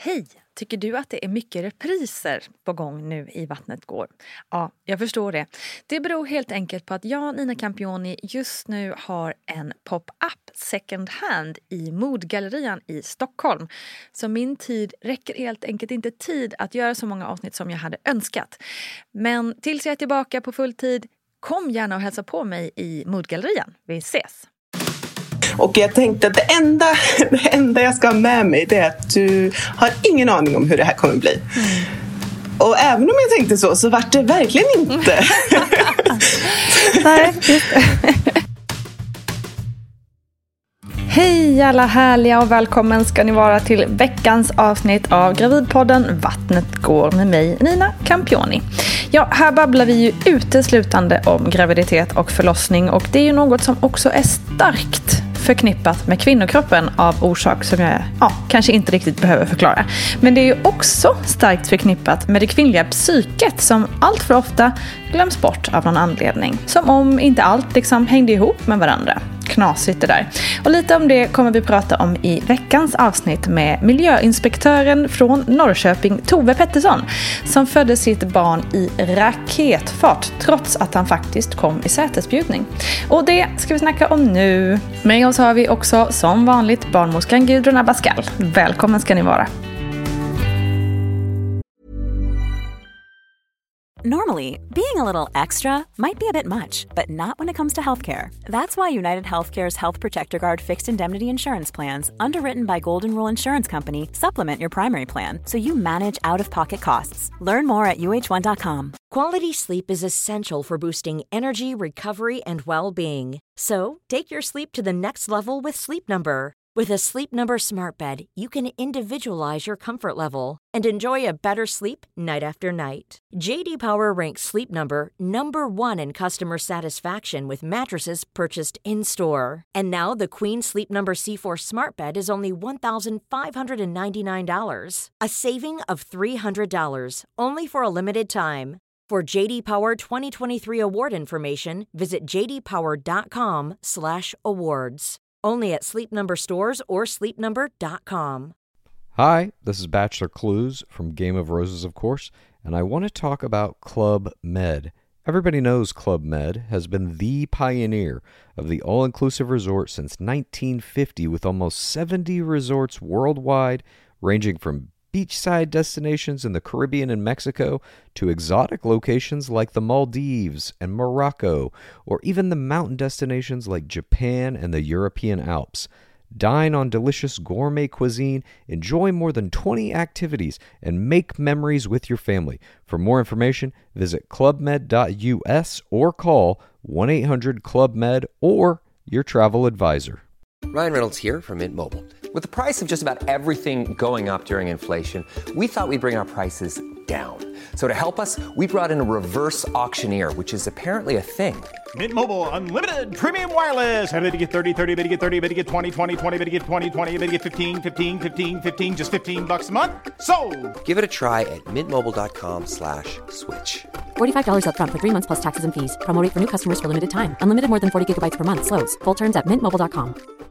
Hej! Tycker du att det är mycket repriser på gång nu i Vattnet går? Ja, jag förstår det. Det beror helt enkelt på att jag, Nina Campioni, just nu har en pop-up second hand i Modgallerian i Stockholm. Så min tid räcker helt enkelt inte tid att göra så många avsnitt som jag hade önskat. Men tills jag är tillbaka på full tid, kom gärna och hälsa på mig i Modgallerian. Vi ses! Och jag tänkte att det enda jag ska ha med mig, det är att du har ingen aning om hur det här kommer bli. Och även om jag tänkte så var det verkligen inte. Nej, just det. Hej alla härliga och välkommen ska ni vara till veckans avsnitt av Gravidpodden Vattnet går med mig, Nina Campioni. Ja, här babblar vi ju uteslutande om graviditet och förlossning, och det är ju något som också är starkt förknippat med kvinnokroppen av orsak som jag kanske inte riktigt behöver förklara. Men det är ju också starkt förknippat med det kvinnliga psyket som allt för ofta glöms bort av någon anledning. Som om inte allt liksom hängde ihop med varandra. Knasigt det där. Och lite om det kommer vi prata om i veckans avsnitt med miljöinspektören från Norrköping, Tove Pettersson, som födde sitt barn i raketfart trots att han faktiskt kom i sätesbjudning. Och det ska vi snacka om nu. Med oss har vi också som vanligt barnmorskan Gudrun Abascal. Välkommen ska ni vara. Normally, being a little extra might be a bit much, but not when it comes to healthcare. That's why United Healthcare's Health Protector Guard fixed indemnity insurance plans, underwritten by Golden Rule Insurance Company, supplement your primary plan so you manage out-of-pocket costs. Learn more at uh1.com. Quality sleep is essential for boosting energy, recovery, and well-being. So, take your sleep to the next level with Sleep Number. With a Sleep Number smart bed, you can individualize your comfort level and enjoy a better sleep night after night. JD Power ranks Sleep Number #1 in customer satisfaction with mattresses purchased in-store. And now the Queen Sleep Number C4 smart bed is only $1,599. A saving of $300, only for a limited time. For JD Power 2023 award information, visit jdpower.com/awards. Only at Sleep Number stores or sleepnumber.com. Hi, this is Bachelor Clues from Game of Roses, of course, and I want to talk about Club Med. Everybody knows Club Med has been the pioneer of the all-inclusive resort since 1950, with almost 70 resorts worldwide, ranging from beachside destinations in the Caribbean and Mexico to exotic locations like the Maldives and Morocco, or even the mountain destinations like Japan and the European Alps. Dine on delicious gourmet cuisine, enjoy more than 20 activities, and make memories with your family. For more information, visit clubmed.us or call 1-800-CLUB-MED or your travel advisor. Ryan Reynolds here from Mint Mobile. With the price of just about everything going up during inflation, we thought we'd bring our prices down. So to help us, we brought in a reverse auctioneer, which is apparently a thing. Mint Mobile Unlimited Premium Wireless. How to get 30, 30, bit to get 30, bit to get 20, 20, 20, bit to get 20, 20, bit to get 15, 15, 15, 15, just $15 a month? Sold! Give it a try at mintmobile.com/switch. $45 up front for 3 months plus taxes and fees. Promo rate for new customers for limited time. Unlimited more than 40 gigabytes per month. Slows full terms at mintmobile.com.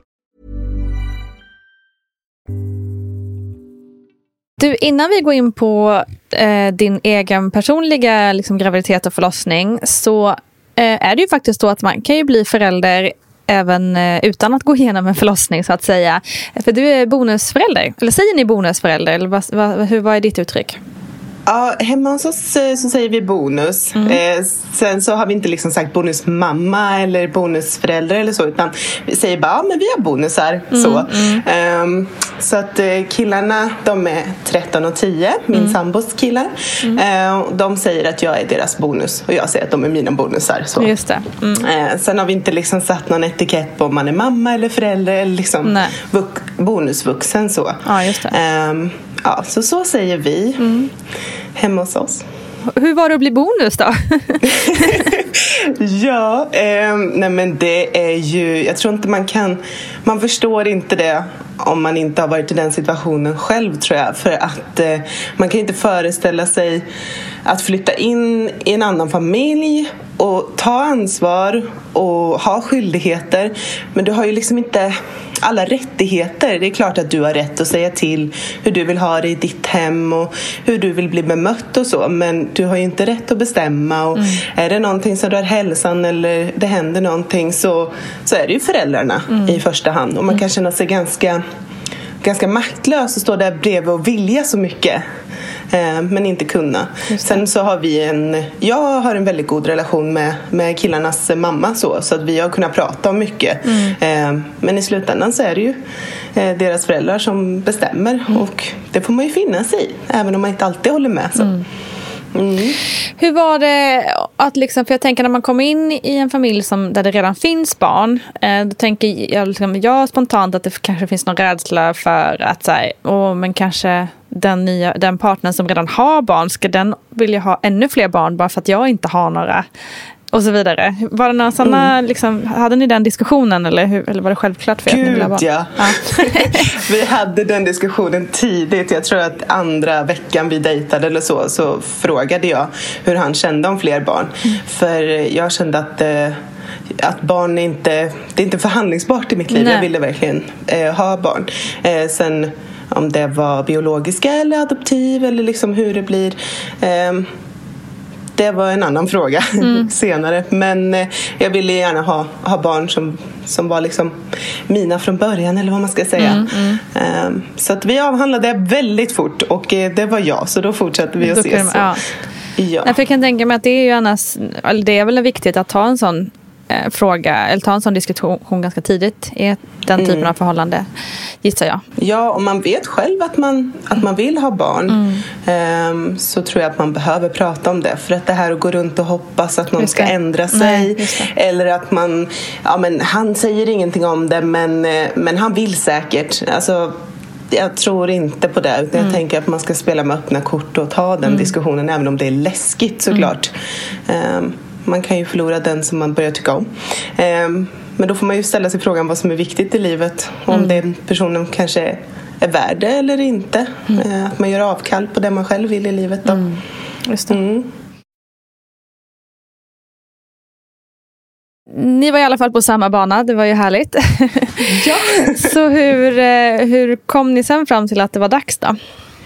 Du, innan vi går in på din egen personliga graviditet och förlossning, så är det ju faktiskt så att man kan ju bli förälder även utan att gå igenom en förlossning, så att säga. För du är bonusförälder. Eller säger ni bonusförälder? Eller vad är ditt uttryck? Ja, hemma hos oss så säger vi bonus. Sen så har vi inte sagt bonusmamma eller bonusförälder eller så, utan vi säger bara, men vi har bonusar. Så att killarna, de är 13 och 10, min sambos killar. De säger att jag är deras bonus och jag säger att de är mina bonusar. Så. Just det. Sen har vi inte satt någon etikett på om man är mamma eller förälder eller bonusvuxen så. Ja, just det. Ja, så säger vi hemma hos oss. Hur var det att bli bonus då? Ja, nej men det är ju, jag tror inte man förstår inte det om man inte har varit i den situationen själv, tror jag. För att man kan inte föreställa sig att flytta in i en annan familj och ta ansvar och ha skyldigheter, men du har ju liksom inte alla rättigheter. Det är klart att du har rätt att säga till hur du vill ha det i ditt hem och hur du vill bli bemött och så, men du har ju inte rätt att bestämma. Och är det någonting som rör hälsan eller det händer någonting, så är det ju föräldrarna i första hand. Och man kan känna sig ganska maktlös och stå där bredvid och vilja så mycket, men inte kunna. Sen så har jag har en väldigt god relation med killarnas mamma, så att vi har kunnat prata om mycket. Men i slutändan så är det ju deras föräldrar som bestämmer, och det får man ju finna sig i, även om man inte alltid håller med. Så. Hur var det att liksom, för jag tänker när man kommer in i en familj där det redan finns barn, då tänker jag spontant att det kanske finns någon rädsla för att säga, men kanske den partnern som redan har barn, ska den vilja ha ännu fler barn bara för att jag inte har några, och så vidare. Var det några sådana, liksom, hade ni den diskussionen eller var det självklart för er att ni ville ha barn? Ja. Vi hade den diskussionen tidigt. Jag tror att andra veckan vi dejtade eller så frågade jag hur han kände om fler barn. För jag kände att barn det är inte förhandlingsbart i mitt liv. Nej. Jag ville verkligen ha barn. Sen om det var biologiska eller adoptiv eller liksom hur det blir, det var en annan fråga senare. Men jag ville gärna ha barn som var liksom mina från början, eller vad man ska säga. Så att vi avhandlade väldigt fort, och det var jag. Så då fortsatte vi att ses. Ja. Nej, för jag kan tänka mig att det är ju annars, eller det är väl viktigt att ta en sån fråga, eller ta en sån diskussion ganska tidigt i den typen av förhållande, gissar jag. Ja, om man vet själv att man vill ha barn, så tror jag att man behöver prata om det. För att det här att gå runt och hoppas att någon ska ändra sig, eller att han säger ingenting om det, men han vill säkert. Alltså, jag tror inte på det, utan jag tänker att man ska spela med öppna kort och ta den diskussionen, även om det är läskigt såklart. Man kan ju förlora den som man börjar tycka om. Men då får man ju ställa sig frågan vad som är viktigt i livet. Om den personen kanske är värd det eller inte. Att man gör avkall på det man själv vill i livet då. Just det. Ni var i alla fall på samma bana, det var ju härligt. Ja. Så hur kom ni sen fram till att det var dags då?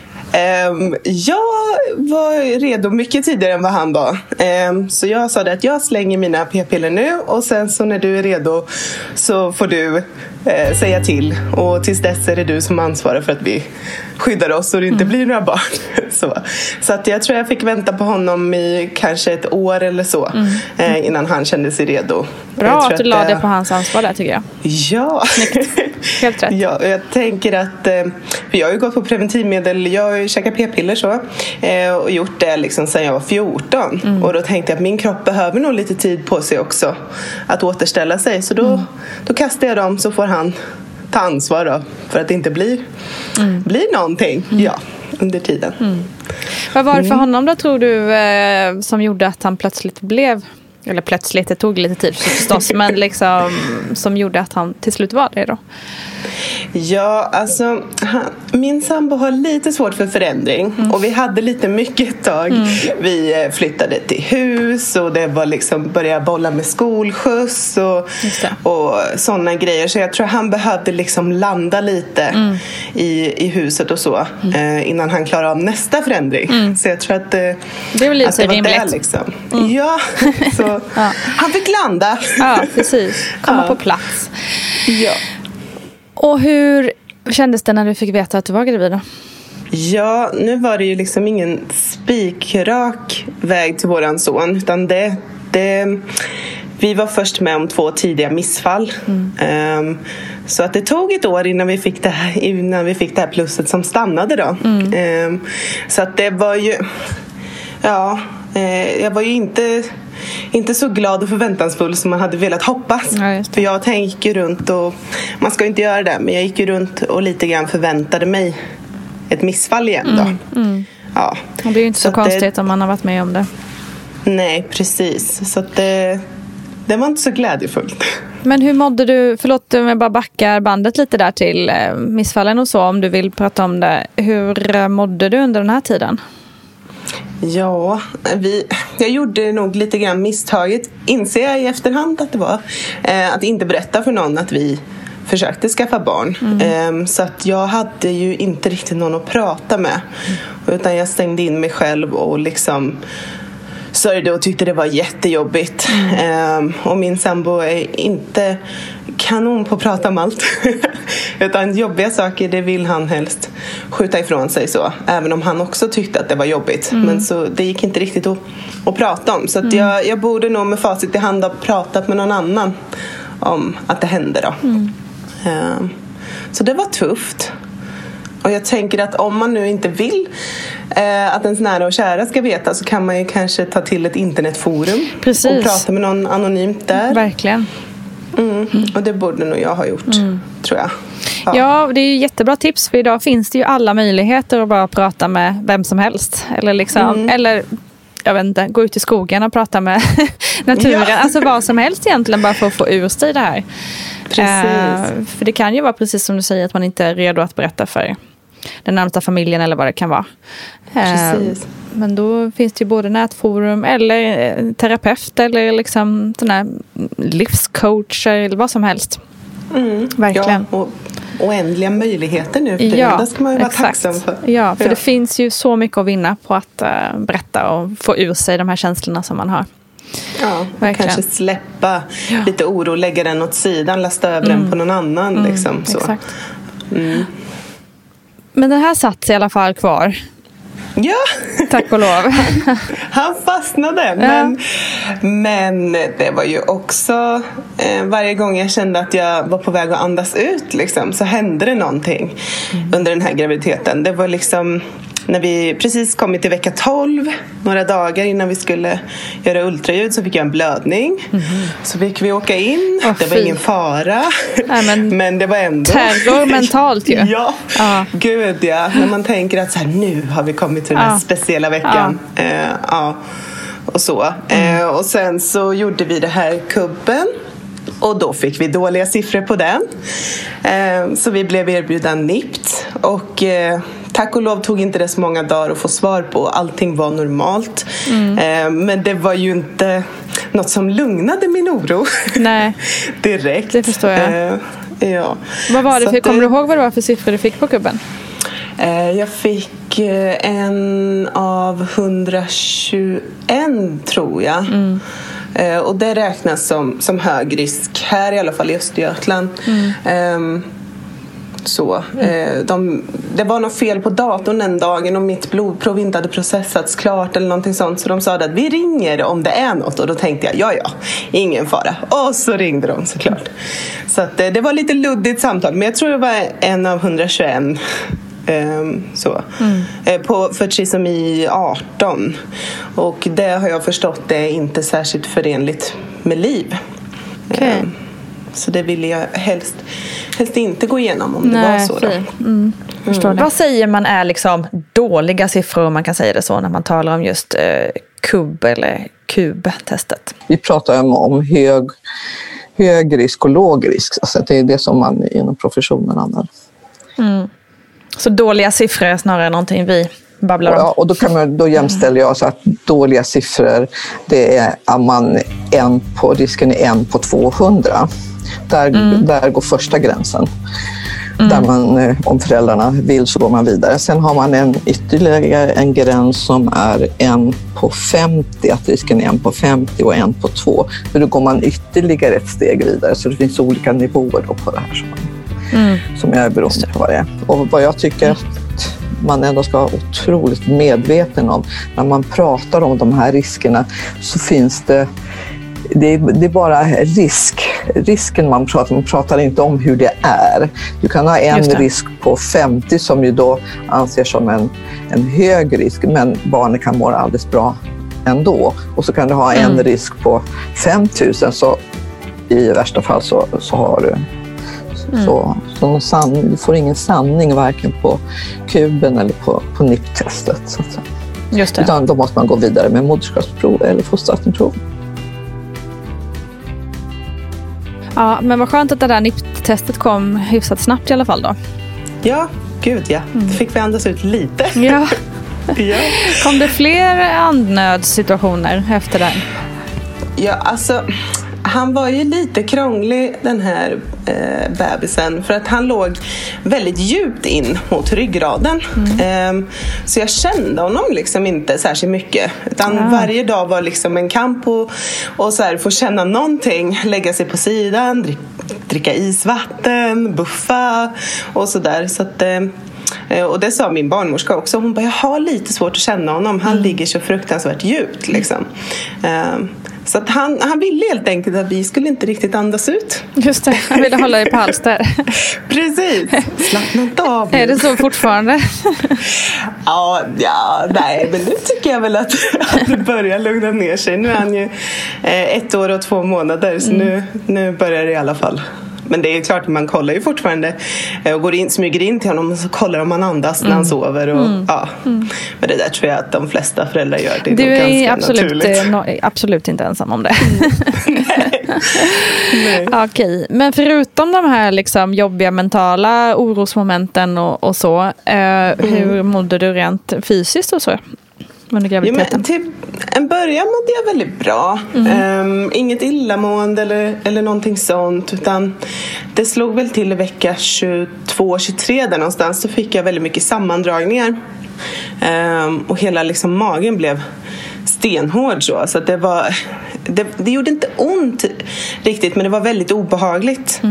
Jag var redo mycket tidigare än vad han var. Så jag sa det att jag slänger mina p-piller nu, och sen så när du är redo så får du säga till. Och tills dess är det du som ansvarar för att vi skyddar oss och det inte blir några barn. Så att jag tror jag fick vänta på honom i kanske ett år eller så, innan han kände sig redo. Bra att du la det på hans ansvar där, tycker jag. Ja. Helt rätt. Ja, jag tänker att jag har ju gått på preventivmedel, jag har ju käkat p-piller så, och gjort det liksom sedan jag var 14. Och då tänkte jag att min kropp behöver nog lite tid på sig också att återställa sig. Så då kastar jag dem, så får han ta ansvar då, för att det inte blir någonting under tiden. Vad var det för honom då, tror du, som gjorde att han plötsligt blev, eller plötsligt, det tog lite tid förstås, men liksom som gjorde att han till slut var det då? Ja, alltså min sambo har lite svårt för förändring, och vi hade lite mycket ett tag. Vi flyttade till hus, och det var liksom börja bolla med skolskjuts och sådana grejer, så jag tror han behövde liksom landa lite i huset och så, innan han klarar av nästa förändring. Så jag tror att det är väl lite rimligt. Det liksom. Ja, så han fick landa. Ja, precis. Komma på plats. Ja. Och hur kändes det när du fick veta att du var gravid då? Ja, nu var det ju liksom ingen spikrak väg till våran son, utan vi var först med om 2 tidiga missfall. Så att det tog ett år innan vi fick det här plusset som stannade då. Så att det var ju, jag var ju inte så glad och förväntansfull som man hade velat hoppas. Ja, för jag gick ju runt, och man ska inte göra det, men jag gick ju runt och lite grann förväntade mig ett missfall igen då. Ja. Och det är ju inte så konstigt om man har varit med om det. Nej, precis. Så att det var inte så glädjefullt. Men hur mådde du, förlåt om jag bara backar bandet lite där till missfallen och så, om du vill prata om det. Hur mådde du under den här tiden? Ja, jag gjorde nog lite grann misstaget, inser jag i efterhand att det var, att inte berätta för någon att vi försökte skaffa barn. Så att jag hade ju inte riktigt någon att prata med. Utan jag stängde in mig själv och liksom sörjde och tyckte det var jättejobbigt. Och min sambo är inte kanon på att prata om allt. Utan jobbiga saker, det vill han helst skjuta ifrån sig så. Även om han också tyckte att det var jobbigt. Men så det gick inte riktigt att prata om. Så att jag borde nog med facit i hand ha pratat med någon annan om att det hände då. Så det var tufft. Och jag tänker att om man nu inte vill att ens nära och kära ska veta, så kan man ju kanske ta till ett internetforum. Precis. Och prata med någon anonymt där. Verkligen. Och det borde nog jag ha gjort, tror jag. Ja, det är ju jättebra tips, för idag finns det ju alla möjligheter att bara prata med vem som helst. Eller liksom, eller jag vet inte, gå ut i skogen och prata med naturen. Ja. Alltså vad som helst egentligen, bara för att få ur sig det här. Precis. För det kan ju vara precis som du säger, att man inte är redo att berätta för den närmsta familjen eller vad det kan vara. Precis. Men då finns det ju både nätforum eller terapeut eller liksom sån här livscoacher eller vad som helst. Verkligen. Ja, och oändliga möjligheter nu. För det ska man ju vara tacksam för. Ja, för det finns ju så mycket att vinna på att berätta och få ur sig de här känslorna som man har. Ja, kanske släppa lite oro, lägga den åt sidan, lasta över den på någon annan. Liksom, så. Exakt. Men den här satt i alla fall kvar. Ja. Tack och lov. Han fastnade. Men det var ju också varje gång jag kände att jag var på väg att andas ut liksom, så hände det någonting under den här graviditeten. Det var liksom när vi precis kommit till vecka 12, några dagar innan vi skulle göra ultraljud, så fick jag en blödning. Så fick vi åka in. Det var ingen fara. Nej, men det var ändå terror mentalt ju. Ja, gud ja. När man tänker att så här, nu har vi kommit till den här speciella veckan. Och så. Och sen så gjorde vi det här kubben. Och då fick vi dåliga siffror på den. Så vi blev erbjudna NIPT. Och tack och lov tog inte det så många dagar att få svar på. Allting var normalt. Men det var ju inte något som lugnade min oro. Nej. Direkt. Det förstår jag. Ja. Vad var det för, kommer du ihåg vad det var för siffror du fick på kubben? Jag fick en av 121, tror jag. Och det räknas som hög risk här, i alla fall i Östergötland. Det var något fel på datorn den dagen och mitt blodprov inte hade processats klart eller någonting sånt, så de sa att vi ringer om det är något, och då tänkte jag ja, ingen fara, och så ringde de såklart. Så att, det var lite luddigt samtal, men jag tror det var en av 121 för trisomi 18, och det har jag förstått det är inte särskilt förenligt med liv. Så det ville jag helst inte gå igenom om det var så då. Förstår det. Vad säger man är liksom dåliga siffror, om man kan säga det så, när man talar om just kubb eller kubtestet? Vi pratar om hög risk och låg risk. Alltså det är det som man inom professionen använder. Så dåliga siffror är snarare någonting vi babblar om? Ja, och då jämställer jag så att dåliga siffror, det är att man risken är 1 på 200. Där går första gränsen. Där man, om föräldrarna vill, så går man vidare. Sen har man ytterligare en gräns som är 1 på 50, att risken är 1 på 50 och 1 på 2. Så då går man ytterligare ett steg vidare. Så det finns olika nivåer då på det här som jag är beroende på vad det är. Och vad jag tycker att man ändå ska vara otroligt medveten om, när man pratar om de här riskerna, så finns det är bara risken man pratar inte om hur det är. Du kan ha en risk på 50 som ju då anses som en hög risk, men barnet kan må alldeles bra ändå. Och så kan du ha en risk på 5000, så i värsta fall så har du du får ingen sanning varken på kuben eller på NIPT-testet. Så att säga. Just det. Utan då måste man gå vidare med moderskapsprov eller fostervattenprov. Ja, men vad skönt att det där NIPT-testet kom hyfsat snabbt i alla fall då. Ja, gud ja. Då fick vi andas ut lite. Ja. Ja. Kom det fler andnödssituationer efter det? Ja, alltså han var ju lite krånglig den här bebisen, för att han låg väldigt djupt in mot ryggraden. Så jag kände honom liksom inte särskilt mycket, utan varje dag var liksom en kamp och så här, få känna någonting, lägga sig på sidan, dricka isvatten, buffa och sådär. Så att och det sa min barnmorska också. Hon bara, jag har lite svårt att känna honom. Han ligger så fruktansvärt djupt liksom. Så att han ville helt enkelt att vi skulle inte riktigt andas ut. Just det, han ville hålla dig på halster. Precis, slappna inte av. Är det så fortfarande? Ja, nej, men nu tycker jag väl att det börjar lugna ner sig. Nu är han ju 1 år och 2 månader, så nu börjar det i alla fall. Men det är klart att man kollar ju fortfarande och smyger in till honom och så kollar om han andas när han sover. Men det där tror jag att de flesta föräldrar gör. Det är du är naturligt. Absolut inte ensam om det. Nej. Okej. Men förutom de här liksom jobbiga mentala orosmomenten och så, hur mådde du rent fysiskt och så? Under graviditeten? Ja, till en början mådde jag väldigt bra. Inget illamående eller någonting sånt, utan det slog väl till i vecka 22-23 där någonstans. Så fick jag väldigt mycket sammandragningar. Och hela liksom magen blev stenhård så att det gjorde inte ont riktigt, men det var väldigt obehagligt.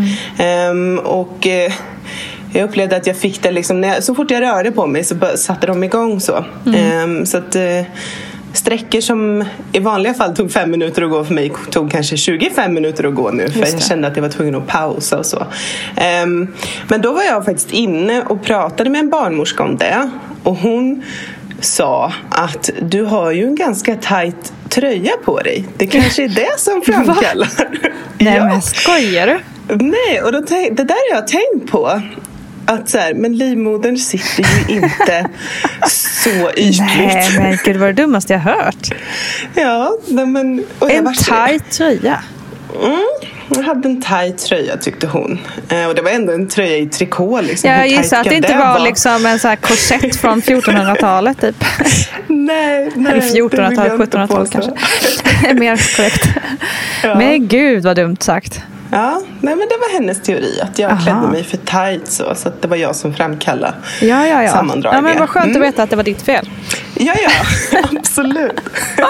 Jag upplevde att jag fick det liksom, så fort jag rörde på mig så satte de igång så. Så att sträckor som i vanliga fall tog 5 minuter att gå för mig tog kanske 25 minuter att gå nu, för jag kände att jag var tvungen att pausa och så. Men då var jag faktiskt inne och pratade med en barnmorska om det, och hon sa att du har ju en ganska tajt tröja på dig. Det kanske är det som framkallar. Nej, men skojar du? Nej, och det där har jag tänkt på. Att så här, men livmodern sitter ju inte så ytligt. Nej, men gud, vad det dummaste jag hört. Ja, men... En tajt tröja. Jag hade en tajt tröja, tyckte hon. Och det var ändå en tröja i trikå. Liksom. Jag gissar att det inte var liksom en så här korsett från 1400-talet typ. Nej. Eller 1400-talet, 1700-talet kanske. Mer korrekt. Ja. Men gud, vad dumt sagt. Ja, nej, men det var hennes teori, att jag klädde mig för tajt så att det var jag som framkallade sammandragningar. Ja, men vad skönt att veta att det var ditt fel. Ja, absolut.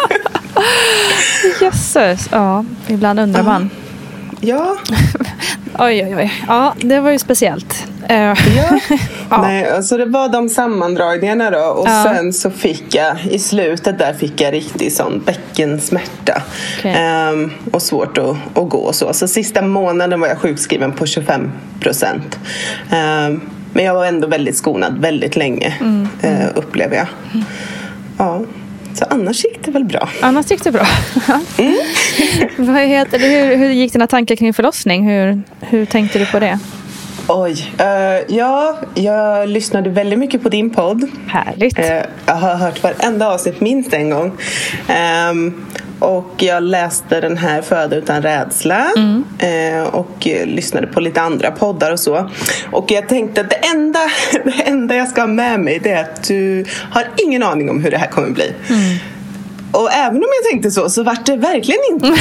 Jösses, ja, ibland undrar man. Ja. Oj. Ja, det var ju speciellt. Ja. Nej, alltså det var de sammandragningarna då. Och sen så fick jag, i slutet där fick jag riktigt sån bäckensmärta. Okay. Och svårt att gå och så. Så sista månaden var jag sjukskriven på 25%. Men jag var ändå väldigt skonad väldigt länge, upplever jag. Ja. Så annars gick det väl bra. Annars gick det bra. Hur gick dina tankar kring förlossning? Hur tänkte du på det? Oj, jag lyssnade väldigt mycket på din podd. Härligt. Jag har hört varenda avsnitt minst en gång. Och jag läste den här Föda utan rädsla. Och lyssnade på lite andra poddar och så. Och jag tänkte att det enda jag ska ha med mig, det är att du har ingen aning om hur det här kommer bli. Och även om jag tänkte så var det verkligen inte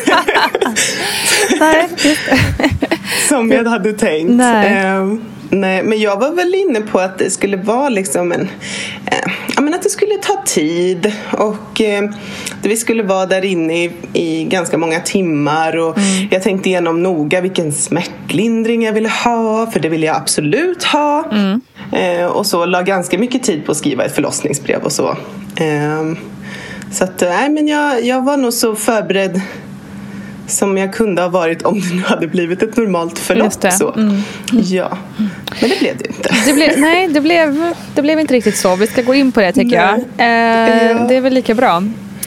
Nej, som jag hade tänkt. Nej, men jag var väl inne på att det skulle vara liksom att det skulle ta tid, och vi skulle vara där inne i ganska många timmar, och jag tänkte igenom noga vilken smärtlindring jag ville ha, för det ville jag absolut ha. Och så la ganska mycket tid på att skriva ett förlossningsbrev och så. Så att, men jag var nog så förberedd som jag kunde ha varit om det nu hade blivit ett normalt förlopp. Så. Ja, men det blev det inte. Det blev inte riktigt så. Vi ska gå in på det, tycker jag. Det är väl lika bra.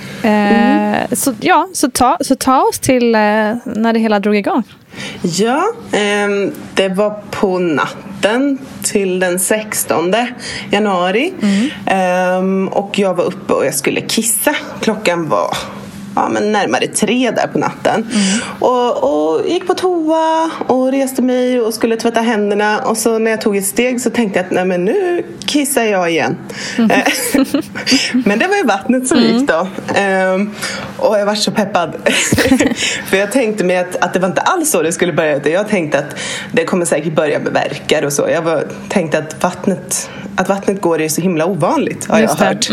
Så ta oss till när det hela drog igång. Ja, det var på natten till den 16 januari. Och jag var uppe och jag skulle kissa. Klockan var men närmare 3 där på natten. Och gick på toa och reste mig och skulle tvätta händerna. Och så när jag tog ett steg så tänkte jag att nej, men nu kissar jag igen. Men det var ju vattnet som gick då. Och jag var så peppad. För jag tänkte mig att det var inte alls så det skulle börja. Jag tänkte att det kommer säkert börja med verkar och så. Jag tänkte att vattnet går är så himla ovanligt, har jag hört.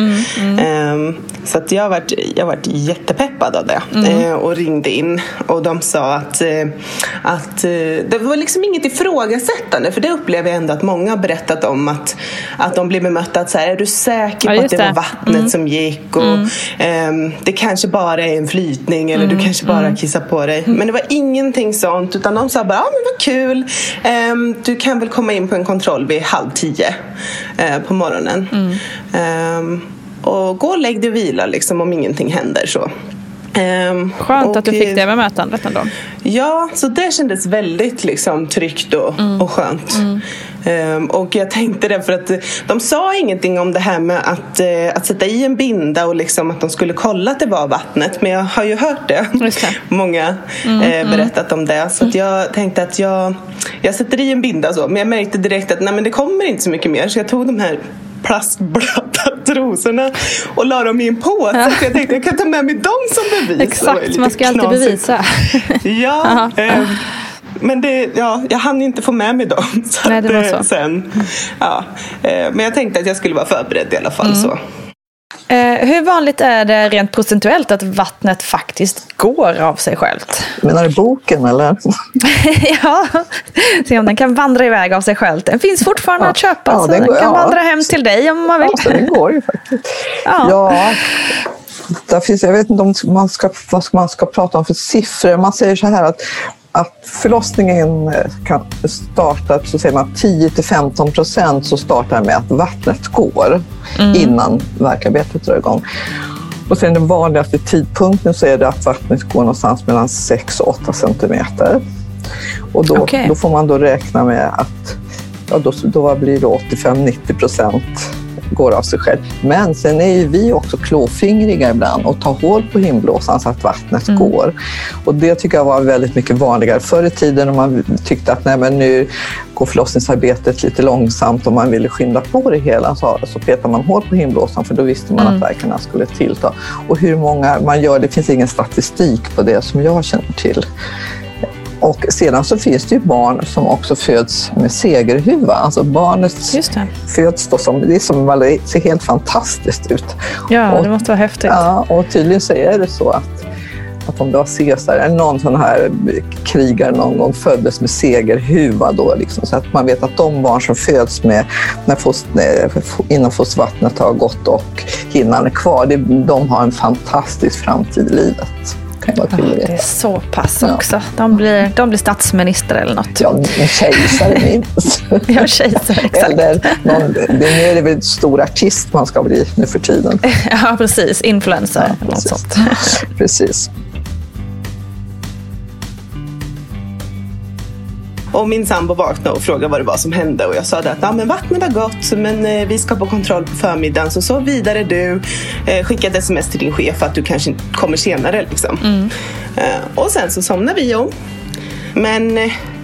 Så att jag varit jättepeppad av det. Och ringde in. Och de sa att det var liksom inget ifrågasättande. För det upplever jag ändå att många har berättat om. Att de blir bemötta att så här, är du säker på att det var vattnet som gick? Och det kanske bara är en flytning. Eller du kanske bara kissar på dig. Men det var ingenting sånt. Utan de sa bara, men vad kul. Du kan väl komma in på en kontroll vid 9:30 på morgonen. Och gå och lägg dig och vila liksom, om ingenting händer så. Skönt att du fick det bemötandet ändå. Ja, så det kändes väldigt liksom tryggt och skönt. Och jag tänkte det för att de sa ingenting om det här med att sätta i en binda och liksom att de skulle kolla att det var vattnet. Men jag har ju hört det. Många berättat om det. Så att jag tänkte att jag sätter i en binda så. Men jag märkte direkt att nej, men det kommer inte så mycket mer. Så jag tog de här plastblöta trosorna och la dem i en påse. Så jag tänkte jag kan ta med mig dem som bevis. Exakt, man ska alltid bevisa. Ja, men jag hann inte få med mig dem. Så nej, det var så. Sen, men jag tänkte att jag skulle vara förberedd i alla fall. Så. Hur vanligt är det rent procentuellt att vattnet faktiskt går av sig självt? Menar du boken eller? Ja, se om den kan vandra iväg av sig själv. Den finns fortfarande att köpa, så den kan vandra hem till dig om man vill. Ja, den går ju faktiskt. Ja. Där finns, jag vet inte om vad man ska prata om för siffror. Man säger så här att förlossningen kan starta, så säger man 10-15% så startar med att vattnet går innan värkarbetet drar igång. Och sen den vanligaste tidpunkten så är det att vattnet går någonstans mellan 6 och 8 centimeter. Och då får man då räkna med att då blir det 85-90% går av sig själv. Men sen är ju vi också klåfingriga ibland och tar hål på himblåsan så att vattnet går. Och det tycker jag var väldigt mycket vanligare förr i tiden, när man tyckte att nej, men nu går förlossningsarbetet lite långsamt och man ville skynda på det hela, så petar man hål på himblåsan, för då visste man att verkarna skulle tillta. Och hur många man gör, det finns ingen statistik på det som jag känner till. Och sedan så finns det ju barn som också föds med segerhuva. Alltså barnet föds då det ser helt fantastiskt ut. Ja, det måste vara häftigt. Ja, och tydligen så är det så att om du har Caesar eller någon sån här krigare någon gång föddes med segerhuva då liksom, så att man vet att de barn som föds med innan fostervattnet har gått och hinnan är kvar, de har en fantastisk framtid i livet. Det är så pass också. De blir statsminister eller något. Ja, en kejsare minst. Ja, kejsare, exakt. Eller nu är det väl stor artist man ska bli nu för tiden. Ja, precis. Influencer. Ja, precis. Något sånt. Precis. Och min sambo vaknade och frågade vad det var som hände. Och jag sa att men vattnet har gått, men vi ska på kontroll på förmiddagen. Så vidare du. Skicka ett sms till din chef att du kanske kommer senare. Liksom. Och sen så somnade vi om. Men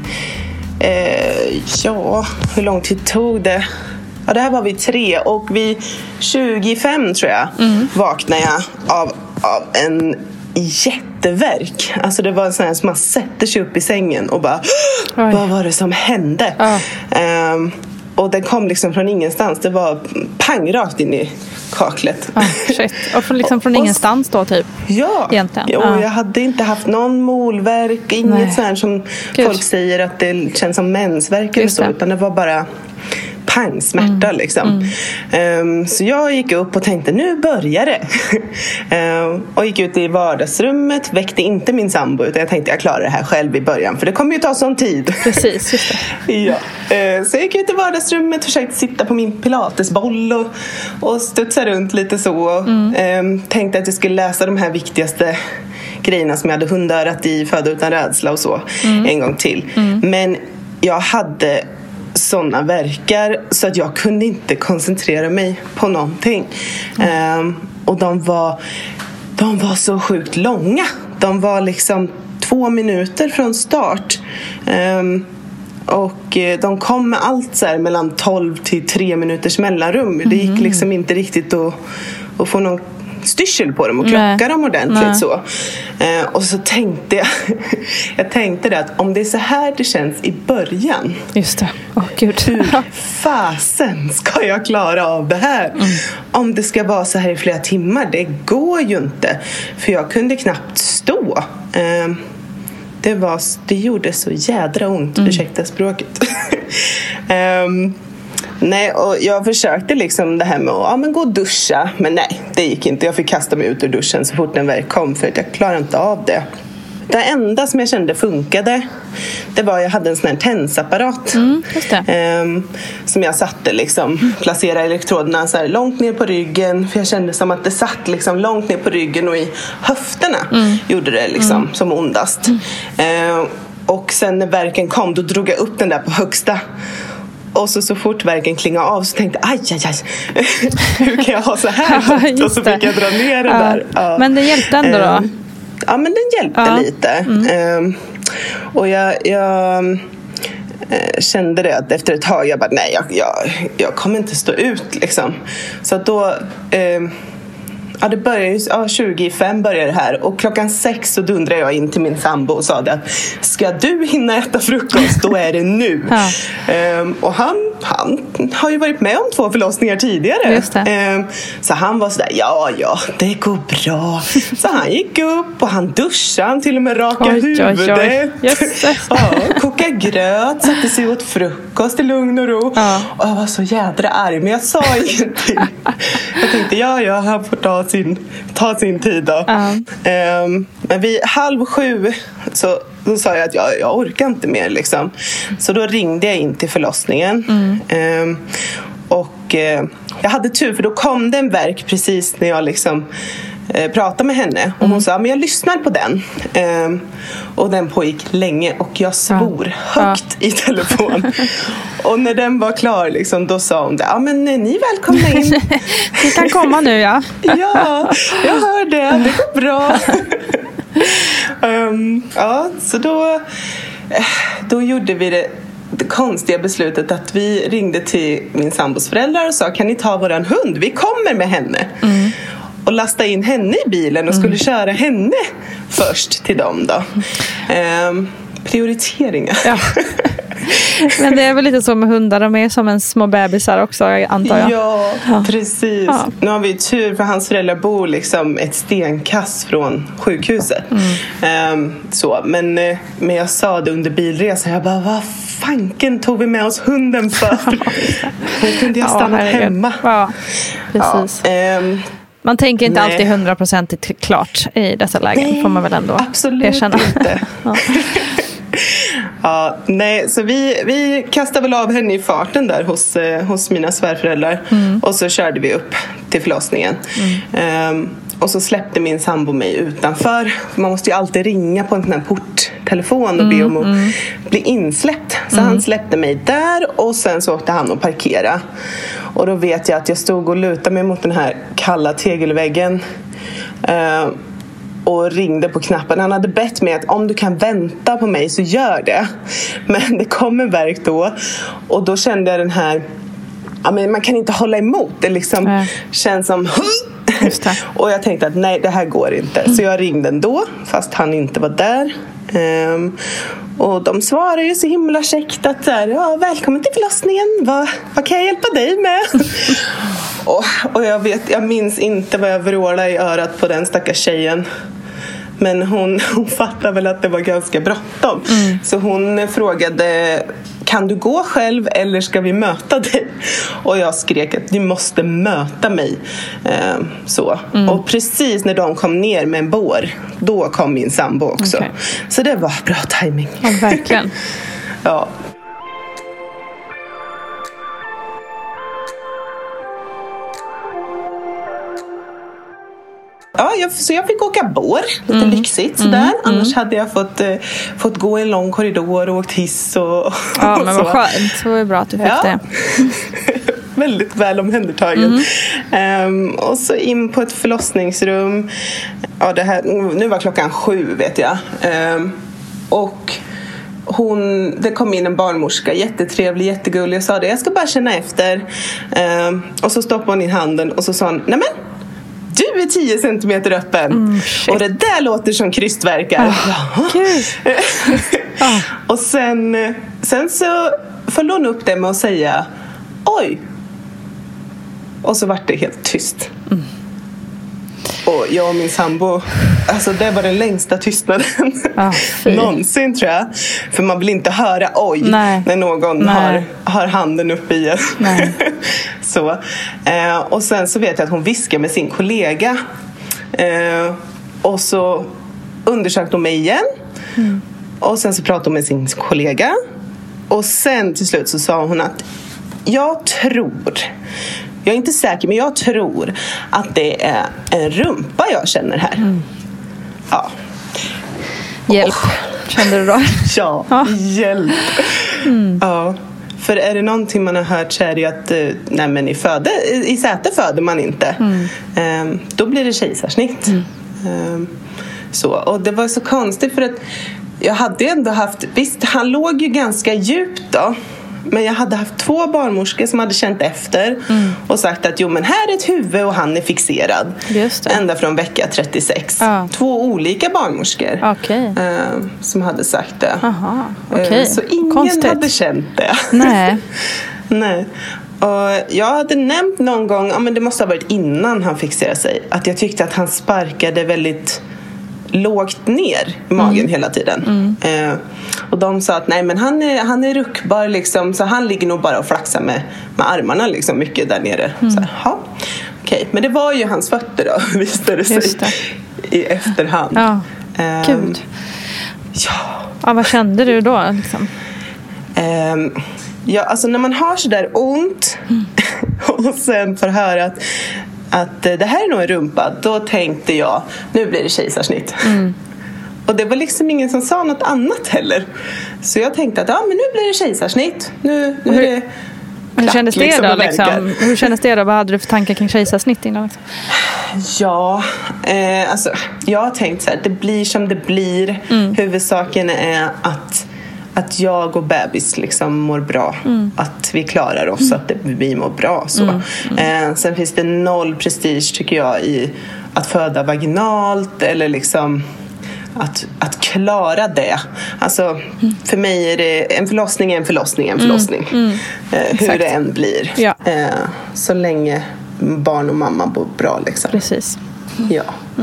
hur lång tid tog det? Ja, det här var vid 3. Och vid 25 tror jag vaknade jag av en jätteverk. Alltså det var en sån här som man sätter sig upp i sängen och bara, vad var det som hände? Och den kom liksom från ingenstans. Det var pang rakt in i kaklet. Shit. Och liksom från ingenstans då typ? Ja, och jag hade inte haft någon molverk, inget sånt här som folk säger att det känns som mensvärk eller så, utan det var bara smärta liksom. Så jag gick upp och tänkte, nu börjar det. Och gick ut i vardagsrummet, väckte inte min sambo, utan jag tänkte jag klarar det här själv i början, för det kommer ju ta sån tid. Precis, just det. Ja. Så jag gick ut i vardagsrummet, försökte sitta på min pilatesboll och studsa runt lite så. Tänkte att jag skulle läsa de här viktigaste grejerna som jag hade hundörat i Föda utan rädsla och så en gång till. Men jag hade sådana verkar så att jag kunde inte koncentrera mig på någonting. Och de var de var så sjukt långa. De var liksom 2 minuter från start. Och de kom med allt så här mellan 12 till 3 minuters mellanrum. Det gick liksom inte riktigt att få någon styrsel på dem och klocka dem ordentligt så. Och så tänkte jag tänkte det att om det är så här det känns i början. Just det. Gud. Hur fasen ska jag klara av det här? Om det ska vara så här i flera timmar, det går ju inte. För jag kunde knappt stå. Det gjorde så jädra ont, ursäkta språket. Nej, och jag försökte liksom det här med att gå och duscha. Men nej, det gick inte. Jag fick kasta mig ut ur duschen så fort den verk kom. För att jag klarade inte av det. Det enda som jag kände funkade, det var att jag hade en sån här tensapparat. Just det. Som jag satte liksom, placerade elektroderna så här långt ner på ryggen. För jag kände som att det satt liksom långt ner på ryggen och i höfterna gjorde det liksom som ondast. Och sen när verken kom, då drog jag upp den där på högsta. Och så fort verken klingade av så tänkte jag, aj. Hur kan jag ha så här? Och så fick jag dra ner den där. Ja. Men det hjälpte ändå då? Ja, men den hjälpte lite. Och jag kände det att efter ett tag jag bara, nej, jag kommer inte stå ut liksom. Så att då det började ju 25 började det här. Och 6:00 så dundrade jag in till min sambo och sa det att ska du hinna äta frukost, då är det nu. Och han har ju varit med om 2 förlossningar tidigare. Just det. Så han var sådär, ja, det går bra. Så han gick upp och han duschade, han till och med raka huvudet. Koka gröt, satte sig åt frukost i lugn och ro. Och jag var så jädra arg, men jag sa ingenting. Jag tänkte, ja, han får ta sin tid då. Men vid 6:30 så då sa jag att jag orkar inte mer liksom. Så då ringde jag in till förlossningen. Och jag hade tur, för då kom det en verk precis när jag liksom pratade med henne. Och hon sa, men jag lyssnar på den. Och den pågick länge och jag svor högt i telefon. Och när den var klar liksom, då sa hon det, men ni är välkomna in. Ni kan komma nu, ja. Ja, jag hör det går bra. Så då gjorde vi det konstiga beslutet att vi ringde till min sambos föräldrar och sa, kan ni ta våran hund? Vi kommer med henne. Och lasta in henne i bilen och skulle köra henne först till dem då. Prioriteringar. Ja. Men det är väl lite så med hundar, de är som en små bebisar också, antar jag. Ja, precis. Ja. Nu har vi tur, för hans föräldrar bor liksom ett stenkast från sjukhuset. Men jag sa det under bilresan, jag bara, vad fanken tog vi med oss hunden för? Då kunde jag stanna hemma. Ja, precis. Man tänker inte alltid 100% klart i dessa lägen. Får man väl ändå erkänna. Inte. Så vi kastade väl av henne i farten där hos mina svärföräldrar. Och så körde vi upp till förlossningen. Och så släppte min sambo mig utanför. Man måste ju alltid ringa på en sån här porttelefon och be om att bli insläppt. Så han släppte mig där och sen så åkte han och parkera. Och då vet jag att jag stod och lutade mig mot den här kalla tegelväggen. Och ringde på knappen. Han hade bett mig att om du kan vänta på mig så gör det. Men det kom en verk då. Och då kände jag den här, men man kan inte hålla emot. Det liksom känns som och jag tänkte att nej, det här går inte. Så jag ringde ändå, fast han inte var där. Och de svarade ju så himla käckt att välkommen till förlossningen. Vad kan jag hjälpa dig med? Och jag minns inte vad jag vrålade i örat på den stackars tjejen. Men hon fattade väl att det var ganska bråttom. Så hon frågade, kan du gå själv eller ska vi möta dig? Och jag skrek att ni måste möta mig. Och precis när de kom ner med en bår, då kom min sambo också. Okay. Så det var bra timing. Ja, verkligen. Ja. Ja, så jag fick åka bår, lite lyxigt sådär. Annars hade jag fått gå i en lång korridor och åkt hiss och men vad skönt, så var det bra att du fick det. Väldigt väl omhändertagen. Och så in på ett förlossningsrum. Ja, nu var klockan 7 vet jag. Och det kom in en barnmorska, jättetrevlig, jättegullig, och sa det: jag ska bara känna efter. Och så stoppade hon in handen och så sa hon: nej men, du är 10 centimeter öppen. Och det där låter som krystverkar. Och sen så följde hon upp det med att säga: oj. Och så var det helt tyst. Och jag och min sambo, alltså det var den längsta tystnaden någonsin, tror jag. För man vill inte höra oj när någon har handen uppe i en. Så. Och sen så vet jag att hon viskar med sin kollega. Och så undersökte hon mig igen. Och sen så pratade hon med sin kollega. Och sen till slut så sa hon att jag är inte säker, men jag tror att det är en rumpa jag känner här. Ja. Hjälp, kände du då? Ja, hjälp. Ja. För är det någonting man har hört så är det ju att nej, men i säte föder man inte. Då blir det kejsarsnitt. Så. Och det var så konstigt för att jag hade ändå haft, visst han låg ju ganska djupt då. Men jag hade haft 2 barnmorskor som hade känt efter och sagt att jo men här är ett huvud och han är fixerad. Just det. Ända från vecka 36. 2 olika barnmorskor som hade sagt det. Så ingen hade känt det. Nej. Nej. Och jag hade nämnt någon gång, men det måste ha varit innan han fixerade sig, att jag tyckte att han sparkade väldigt lågt ner i magen hela tiden. Och de sa att nej, men han är ruckbar liksom, så han ligger nog bara och flaxar med armarna liksom, mycket där nere. Så, okej. Men det var ju hans fötter då, visade det sig i efterhand. Gud. Ja, vad kände du då liksom? Ja, alltså när man har så där ont och sen får höra att det här är nog en rumpa, då tänkte jag, nu blir det kejsarsnitt. Och det var liksom ingen som sa något annat heller. Så jag tänkte att men nu blir det kejsarsnitt. Nu är det hur kändes det liksom då? Liksom? Hur kändes det då? Vad hade du för tankar kring kejsarsnitt innan? Liksom? Ja, alltså jag har tänkt så här, det blir som det blir. Huvudsaken är att jag och bebis liksom mår bra. Att vi klarar oss, att vi mår bra. Så. Sen finns det 0 prestige tycker jag i att föda vaginalt eller liksom att klara det. Alltså för mig är det en förlossning är en förlossning. Hur det än blir. Så länge barn och mamma bor bra liksom. Precis. Ja.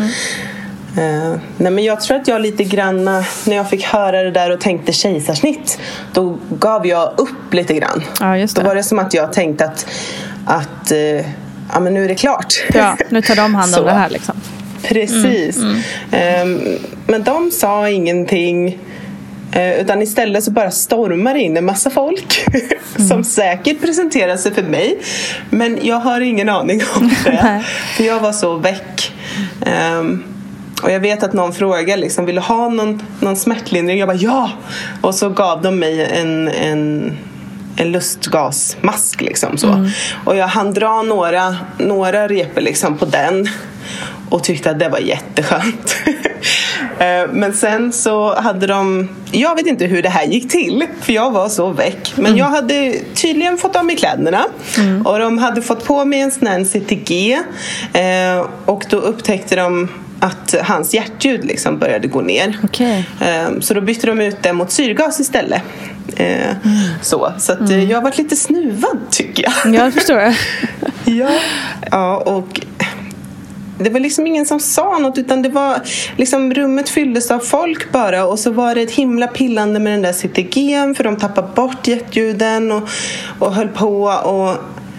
Nej, men jag tror att jag lite grann, när jag fick höra det där och tänkte kejsarsnitt, då gav jag upp lite grann. Ja, just det. Då var det som att jag tänkte att men nu är det klart. Ja, nu tar de hand om det här liksom. Precis. Men de sa ingenting, utan istället så bara stormar in en massa folk som säkert presenterar sig för mig, men jag har ingen aning om det. För jag var så väck. Och jag vet att någon frågade liksom, vill du ha någon smärtlindring? Jag bara ja. Och så gav de mig en lustgasmask liksom så. Och jag hann dra några repor liksom på den och tyckte att det var jätteskönt. Men sen så hade jag vet inte hur det här gick till, för jag var så väck. Men jag hade tydligen fått av mig kläderna. Och de hade fått på mig en sån här CTG. Och då upptäckte de att hans hjärtljud liksom började gå ner. Så då bytte de ut det mot syrgas istället. Så att jag har varit lite snuvad tycker jag. Jag förstår det. Ja, och det var liksom ingen som sa något, utan det var liksom, rummet fylldes av folk bara, och så var det ett himla pillande med den där CTG:n, för de tappade bort hjärtljuden och höll på. Och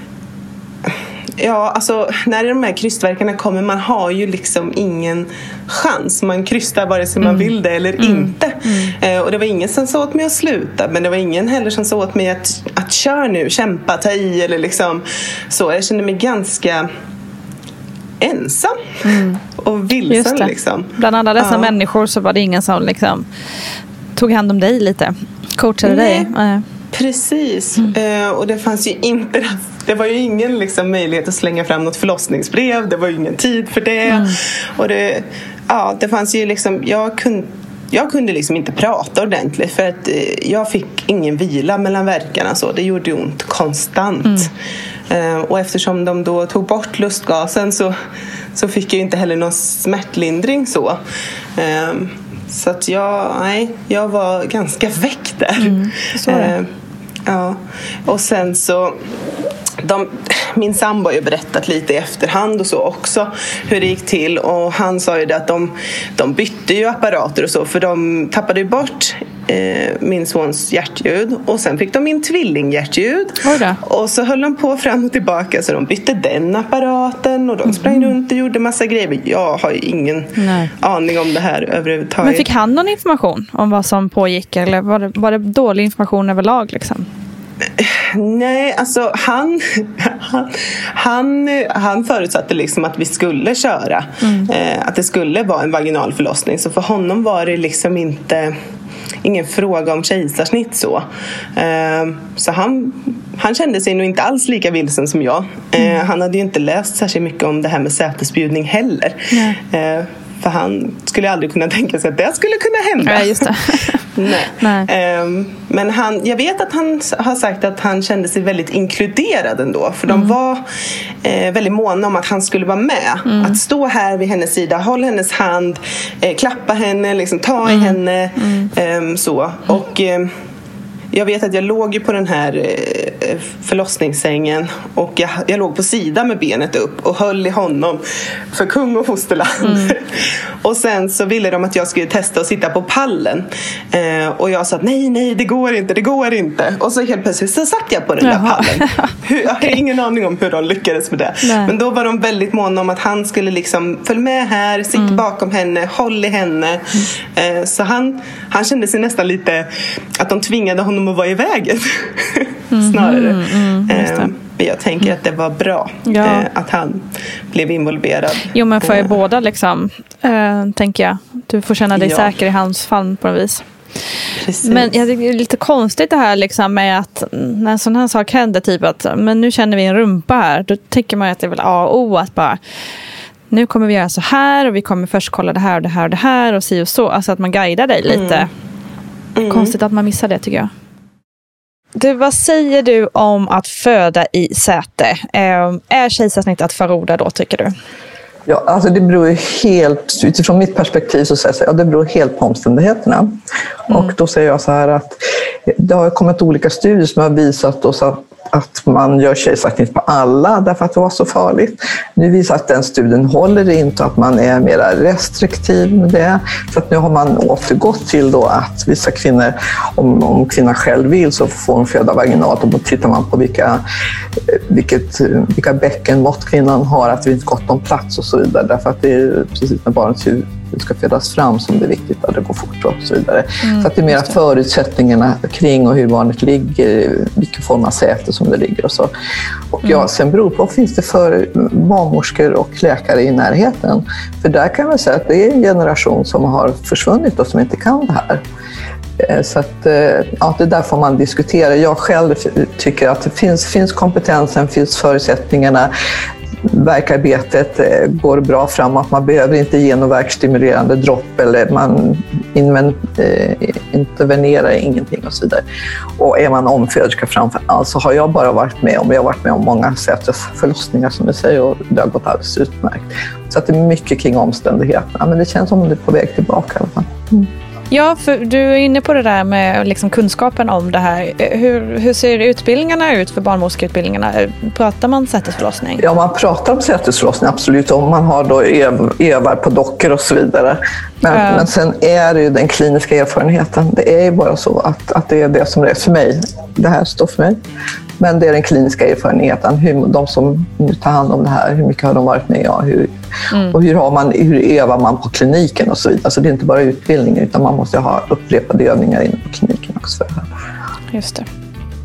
ja, alltså när de här krystverkarna kommer, man har ju liksom ingen chans. Man krystar vare sig man vill det eller inte. Och det var ingen som sa åt mig att sluta, men det var ingen heller som sa åt mig att kör nu, kämpa, ta i eller liksom så. Jag kände mig ganska ensam och vilsen liksom. Bland alla dessa människor så var det ingen som liksom tog hand om dig lite, coachade dig. Precis. Och det fanns ju inte... Det var ju ingen liksom möjlighet att slänga fram något förlossningsbrev. Det var ju ingen tid för det. Och det fanns ju liksom... Jag kunde liksom inte prata ordentligt för att jag fick ingen vila mellan verkarna. Så det gjorde ont konstant. Och eftersom de då tog bort lustgasen så fick jag inte heller någon smärtlindring så. Så att jag var ganska väck där. Ja. Och sen så min sambo har ju berättat lite i efterhand och så också hur det gick till, och han sa ju det att de bytte ju apparater och så, för de tappade ju bort min sons hjärtljud och sen fick de min tvillinghjärtljud och så höll de på fram och tillbaka, så de bytte den apparaten och de sprang runt och gjorde massa grejer. Jag har ju ingen aning om det här överhuvudtaget. Men fick han någon information om vad som pågick, eller var det dålig information överlag liksom? Nej, alltså han förutsatte liksom att vi skulle köra. Att det skulle vara en vaginal förlossning. Så för honom var det liksom ingen fråga om kejsarsnitt så. Så han kände sig nog inte alls lika vilsen som jag. Han hade ju inte läst särskilt mycket om det här med sätesbjudning heller. För han skulle aldrig kunna tänka sig att det skulle kunna hända. Ja, just det. Nej. Men jag vet att han har sagt att han kände sig väldigt inkluderad ändå. För de var väldigt måna om att han skulle vara med. Att stå här vid hennes sida, hålla hennes hand, klappa henne, liksom, ta i henne. Så. Och jag vet att jag låg ju på den här förlossningssängen och jag låg på sidan med benet upp och höll i honom för kung och fosterland. Och sen så ville de att jag skulle testa att sitta på pallen. Och jag sa att nej, det går inte. Och så helt plötsligt så satt jag på den där pallen. Jag har ingen aning om hur de lyckades med det. Men då var de väldigt måna om att han skulle liksom följa med här, sitta bakom henne, hålla i henne. Så han kände sig nästan lite att de tvingade honom att vara i vägen. Snarare. Jag tänker att det var bra att han blev involverad. Jo, men för båda liksom, tänker jag. Du får känna dig säker i hans famn på något vis. Precis. Men jag tycker det är lite konstigt det här liksom med att när en sån här sak händer, typ att men nu känner vi en rumpa här, då tänker man att det är väl A och O att bara nu kommer vi göra så här och vi kommer först kolla det här och det här och det här och si och så, alltså att man guidar dig lite. Konstigt att man missar det, tycker jag. Du, vad säger du om att föda i säte? Är kejsarsnitt att förorda då, tycker du? Ja, alltså det beror ju helt, utifrån mitt perspektiv så säger jag, det beror helt på omständigheterna. Och då säger jag så här att det har kommit olika studier som har visat oss att man gör kejsarsnitt på alla därför att det var så farligt. Nu visar att den studien håller inte, att man är mer restriktiv med det. Så att nu har man återgått till då att vissa kvinnor, om kvinnan själv vill, så får hon föda vaginalt, och då tittar man på vilka bäckenmått kvinnan har, att det inte gott om plats och så vidare. Därför att det är precis när barnets huvud ska födas fram som det är viktigt att det går fort och så vidare. Så att det är mer förutsättningarna kring och hur barnet ligger, vilken form av säte som det ligger och så. Och sen beror på vad finns det för barnmorskor och läkare i närheten. För där kan man säga att det är en generation som har försvunnit och som inte kan det här. Så att, det där får man diskutera. Jag själv tycker att det finns kompetensen, finns förutsättningarna. Verkarbetet går bra framåt. Man behöver inte ge någon verkstimulerande dropp eller man intervenerar ingenting och så vidare. Och är man omföderska framför allt, så har jag bara varit med om många sätesförlossningar som du säger, och det har gått alldeles utmärkt. Så att det är mycket kring omständigheterna, men det känns som att det är på väg tillbaka i alla fall. Ja, för du är inne på det där med liksom kunskapen om det här. Hur ser utbildningarna ut för barnmorskeutbildningarna? Pratar man sätesförlossning? Ja, man pratar om sätesförlossning, absolut. Om man har då övar på dockor och så vidare. Men sen är det ju den kliniska erfarenheten. Det är ju bara så att det är det som det är för mig. Det här står för mig. Men det är den kliniska erfarenheten. De som nu tar hand om det här, hur mycket har de varit med? Ja, och hur övar man på kliniken och så vidare. Alltså det är inte bara utbildning, utan man måste ha upprepade övningar inne på kliniken också. Just det.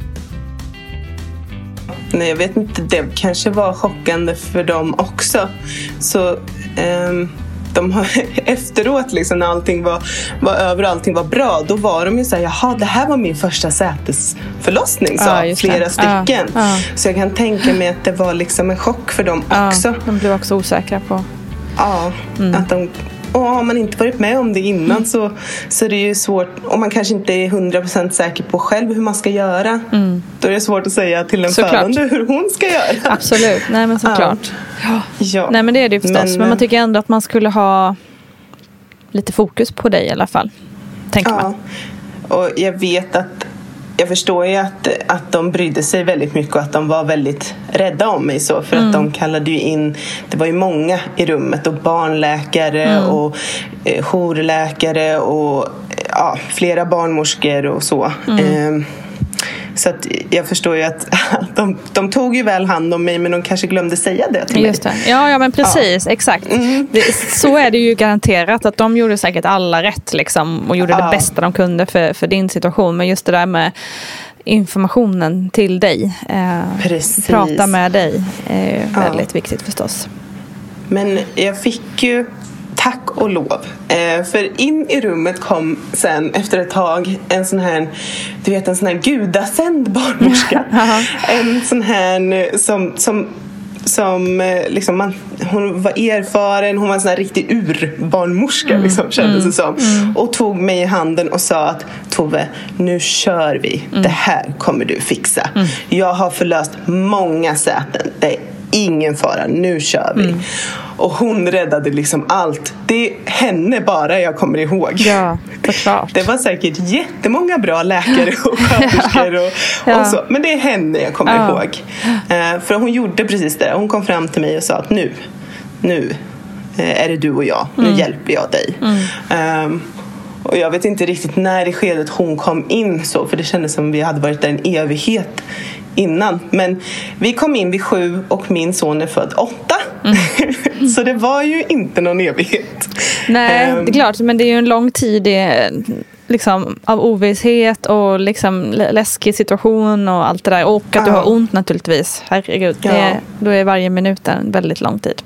Nej, jag vet inte. Det kanske var chockande för dem också. Så efteråt liksom, när allting var över och allting var bra, då var de ju så här, jaha, det här var min första sätesförlossning, så flera stycken. Så jag kan tänka mig att det var liksom en chock för dem också. De blev också osäkra på. Att har man inte varit med om det innan så är det ju svårt, om man kanske inte är 100% säker på själv hur man ska göra, då är det svårt att säga till en födande hur hon ska göra. Absolut, nej men såklart. Ja. Nej men det är det ju förstås, men man tycker ändå att man skulle ha lite fokus på dig i alla fall, tänker man. Och jag förstår ju att de brydde sig väldigt mycket och att de var väldigt rädda om mig, så för att de kallade ju in, det var ju många i rummet, och barnläkare och jourläkare och flera barnmorskor och så. Så att jag förstår ju att de tog ju väl hand om mig, men de kanske glömde säga det till mig. Just det. Ja men precis, exakt. Så är det ju garanterat, att de gjorde säkert alla rätt liksom, och gjorde det bästa de kunde för din situation. Men just det där med informationen till dig, prata med dig, är väldigt viktigt förstås. Men jag fick ju, tack och lov, för in i rummet kom sen efter ett tag en sån här gudasänd barnmorska. En sån här som liksom hon var erfaren, hon var en sån här riktig urbarnmorska liksom, kändes det som. Och tog mig i handen och sa att Tove, nu kör vi. Det här kommer du fixa. Jag har förlöst många säten. Det är ingen fara, nu kör vi. Och hon räddade liksom allt. Det är henne bara jag kommer ihåg. Ja, såklart. Det var säkert jättemånga bra läkare och sköterskor och så. Men det är henne jag kommer ihåg. För hon gjorde precis det. Hon kom fram till mig och sa att nu är det du och jag. Nu hjälper jag dig. Och jag vet inte riktigt när i skedet hon kom in så. För det kändes som vi hade varit där en evighet innan. Men vi kom in vid 7 och min son är född 8. Så det var ju inte någon evighet. Nej, det är klart. Men det är ju en lång tid liksom, av ovisshet och liksom läskig situation och allt det där. Och att du har ont naturligtvis. Herregud, då är varje minut en väldigt lång tid.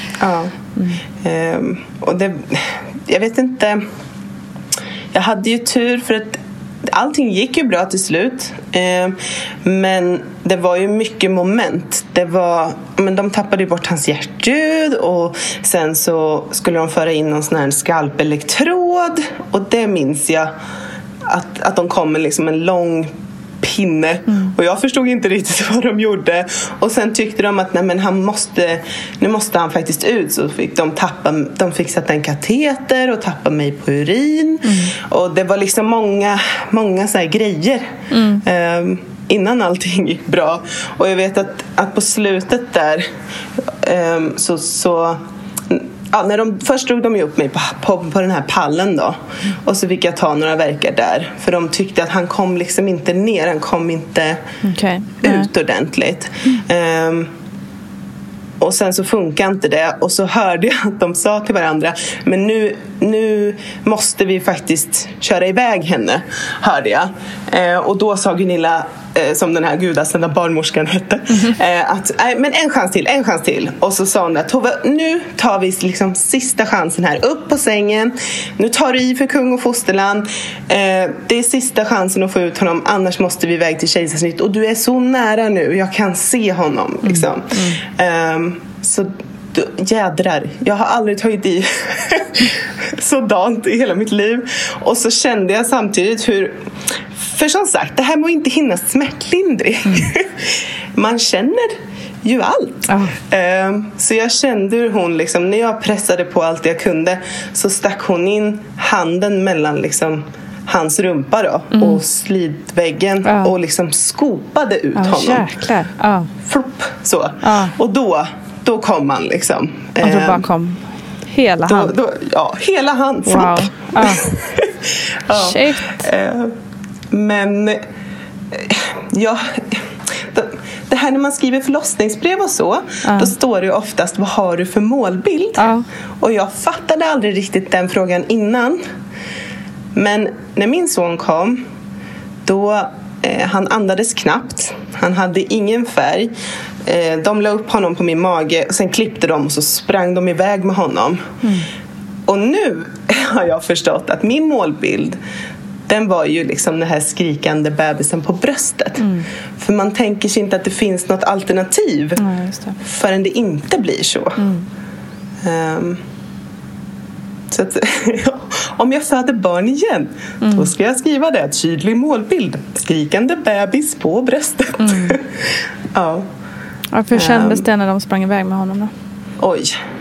Och jag vet inte. Jag hade ju tur för att allting gick ju bra till slut. Men det var ju mycket moment. Men de tappade ju bort hans hjärtljud. Och sen så skulle de föra in någon sån här skalpelektrod. Och det minns jag att de kom med liksom en lång pinne. Och jag förstod inte riktigt vad de gjorde. Och sen tyckte de att nu måste han faktiskt ut. Så fick de fick sätta en kateter och tappa mig på urin. Och det var liksom många så här grejer. Innan allting gick bra. Och jag vet att på slutet där när först drog de ju upp mig på den här pallen då. Och så fick jag ta några verkar där. För de tyckte att han kom liksom inte ner. Han kom inte ut ordentligt. Och sen så funkar inte det. Och så hörde jag att de sa till varandra, men nu måste vi faktiskt köra iväg henne, hörde jag. Och då sa Gunilla, som den här gudasända barnmorskan hette, att men en chans till. Och så sa hon att Tove, nu tar vi liksom sista chansen här, upp på sängen. Nu tar du i för kung och fosterland. Det är sista chansen att få ut honom, annars måste vi iväg till kejsarsnitt. Och du är så nära nu, jag kan se honom liksom. Så jädrar, jag har aldrig tagit i sådant i hela mitt liv. Och så kände jag samtidigt för som sagt, det här må inte hinna smärtlindring. Man känner ju allt. Så jag kände hur hon liksom, när jag pressade på allt jag kunde, så stack hon in handen mellan liksom hans rumpa då, och slidväggen och liksom skopade ut honom. Jäklar. Flopp, så. Och då kom han liksom. Och då bara kom hela hand. Hela hand. Wow. Shit. Men det här när man skriver förlossningsbrev och så, då står det ju oftast, vad har du för målbild? Och jag fattade aldrig riktigt den frågan innan. Men när min son kom, då han andades knappt. Han hade ingen färg. De la upp honom på min mage och sen klippte de och så sprang de iväg med honom. Och nu har jag förstått att min målbild, den var ju liksom den här skrikande bebisen på bröstet. För man tänker sig inte att det finns något alternativ förrän det inte blir så. Så att, om jag föder barn igen, då ska jag skriva det. Tydlig målbild. Skrikande bebis på bröstet. Ja. Hur kändes det när de sprang iväg med honom då? Oj.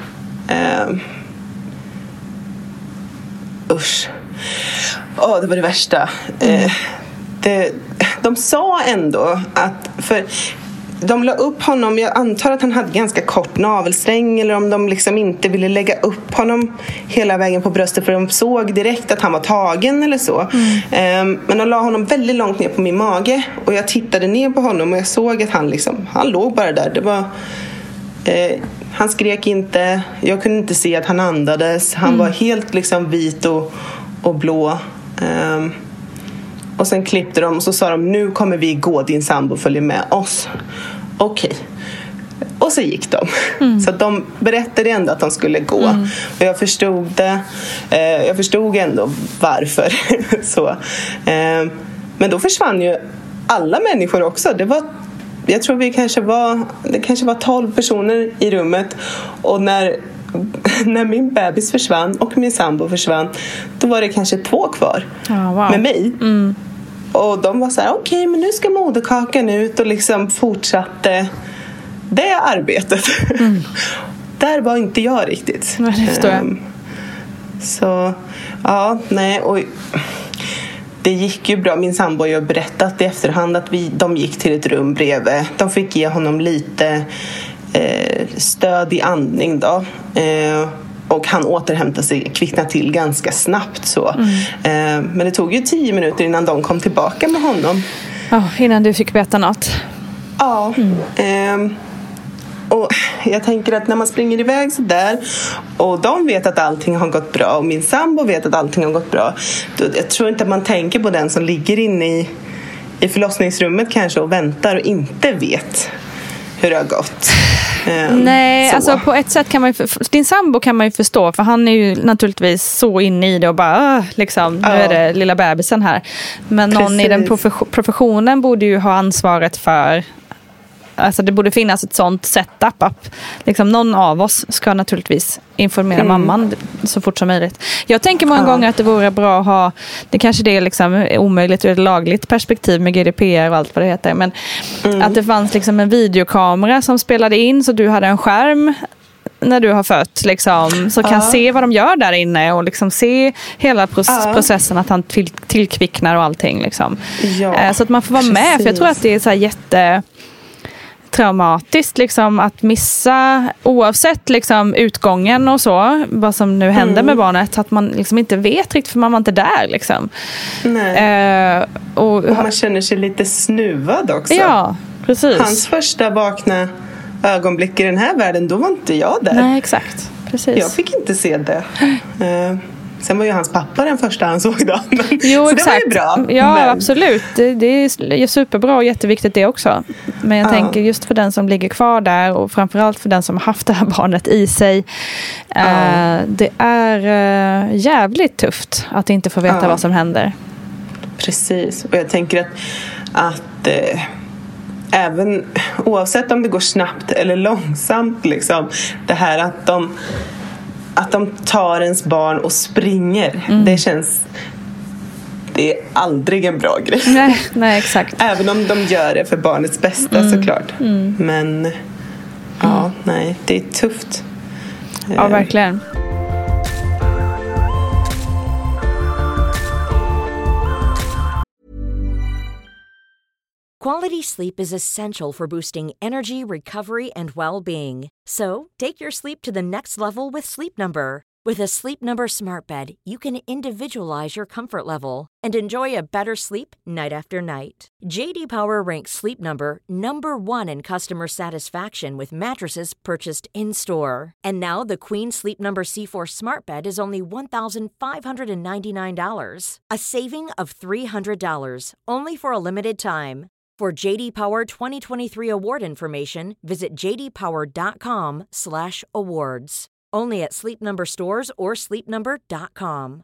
Usch. Det var det värsta. De sa ändå att... För de la upp honom, jag antar att han hade ganska kort navelsträng, eller om de liksom inte ville lägga upp honom hela vägen på bröstet, för de såg direkt att han var tagen eller så. Men de la honom väldigt långt ner på min mage, och jag tittade ner på honom och jag såg att han låg bara där. Det var... han skrek inte, jag kunde inte se att han andades. Han var helt liksom vit och blå. Och sen klippte de och så sa de: nu kommer vi gå, din sambo följer med oss. Okej. Och så gick de. Så att de berättade ändå att de skulle gå. Och jag förstod det. Jag förstod ändå varför. Så. Men då försvann ju alla människor också. Jag tror det kanske var 12 personer i rummet. Och när min bebis försvann och min sambo försvann, då var det kanske 2 kvar med mig. Och de var så här: okej, men nu ska moderkakan ut, och liksom fortsatte det arbetet. Där var inte jag riktigt. Nej, det förstår jag. Så ja, nej, och det gick ju bra. Min sambo har ju berättat i efterhand att de gick till ett rum bredvid. De fick ge honom lite stöd i andning då. Och han återhämtade sig, kvicknade till ganska snabbt så. Men det tog ju 10 minuter innan de kom tillbaka med honom. Innan du fick veta något. Ja. Och jag tänker att när man springer iväg så där, och de vet att allting har gått bra, och min sambo vet att allting har gått bra, då, jag tror inte att man tänker på den som ligger inne i förlossningsrummet kanske och väntar och inte vet hur det har gått. Nej, alltså på ett sätt kan man ju, din sambo kan man ju förstå, för han är ju naturligtvis så inne i det och bara liksom, nu är det lilla bebisen här. Men någon i den professionen borde ju ha ansvaret för, alltså det borde finnas ett sånt setup att liksom någon av oss ska naturligtvis informera mamman så fort som möjligt. Jag tänker många gånger att det vore bra att ha, det kanske det är liksom omöjligt ur ett lagligt perspektiv med GDPR och allt vad det heter, men att det fanns liksom en videokamera som spelade in, så du hade en skärm när du har fött liksom, så kan se vad de gör där inne och liksom se hela processen, att han tillkvicknar och allting liksom. Så att man får vara med, för jag tror att det är så här traumatiskt liksom, att missa, oavsett liksom, utgången och så, vad som nu händer med barnet, att man liksom inte vet riktigt, för man var inte där liksom. Och man känner sig lite snuvad också. Ja, precis. Hans första vakna ögonblick i den här världen, då var inte jag där. Nej, exakt. Precis. Jag fick inte se det. Sen var ju hans pappa den första han såg då. Jo, så exakt. det var ju bra. Ja, absolut. Det är superbra och jätteviktigt det också. Men jag tänker just för den som ligger kvar där, och framförallt för den som har haft det här barnet i sig. Det är jävligt tufft att inte få veta vad som händer. Precis. Och jag tänker att även oavsett om det går snabbt eller långsamt liksom, det här att de tar ens barn och springer, det är aldrig en bra grej. Nej, exakt. Även om de gör det för barnets bästa såklart. Men nej, det är tufft. Ja, verkligen. Quality sleep is essential for boosting energy, recovery, and well-being. So, take your sleep to the next level with Sleep Number. With a Sleep Number smart bed, you can individualize your comfort level and enjoy a better sleep night after night. JD Power ranks Sleep Number #1 in customer satisfaction with mattresses purchased in-store. And now the Queen Sleep Number C4 smart bed is only $1,599, a saving of $300, only for a limited time. For JD Power 2023 award information, visit jdpower.com/awards. Only at Sleep Number stores or sleepnumber.com.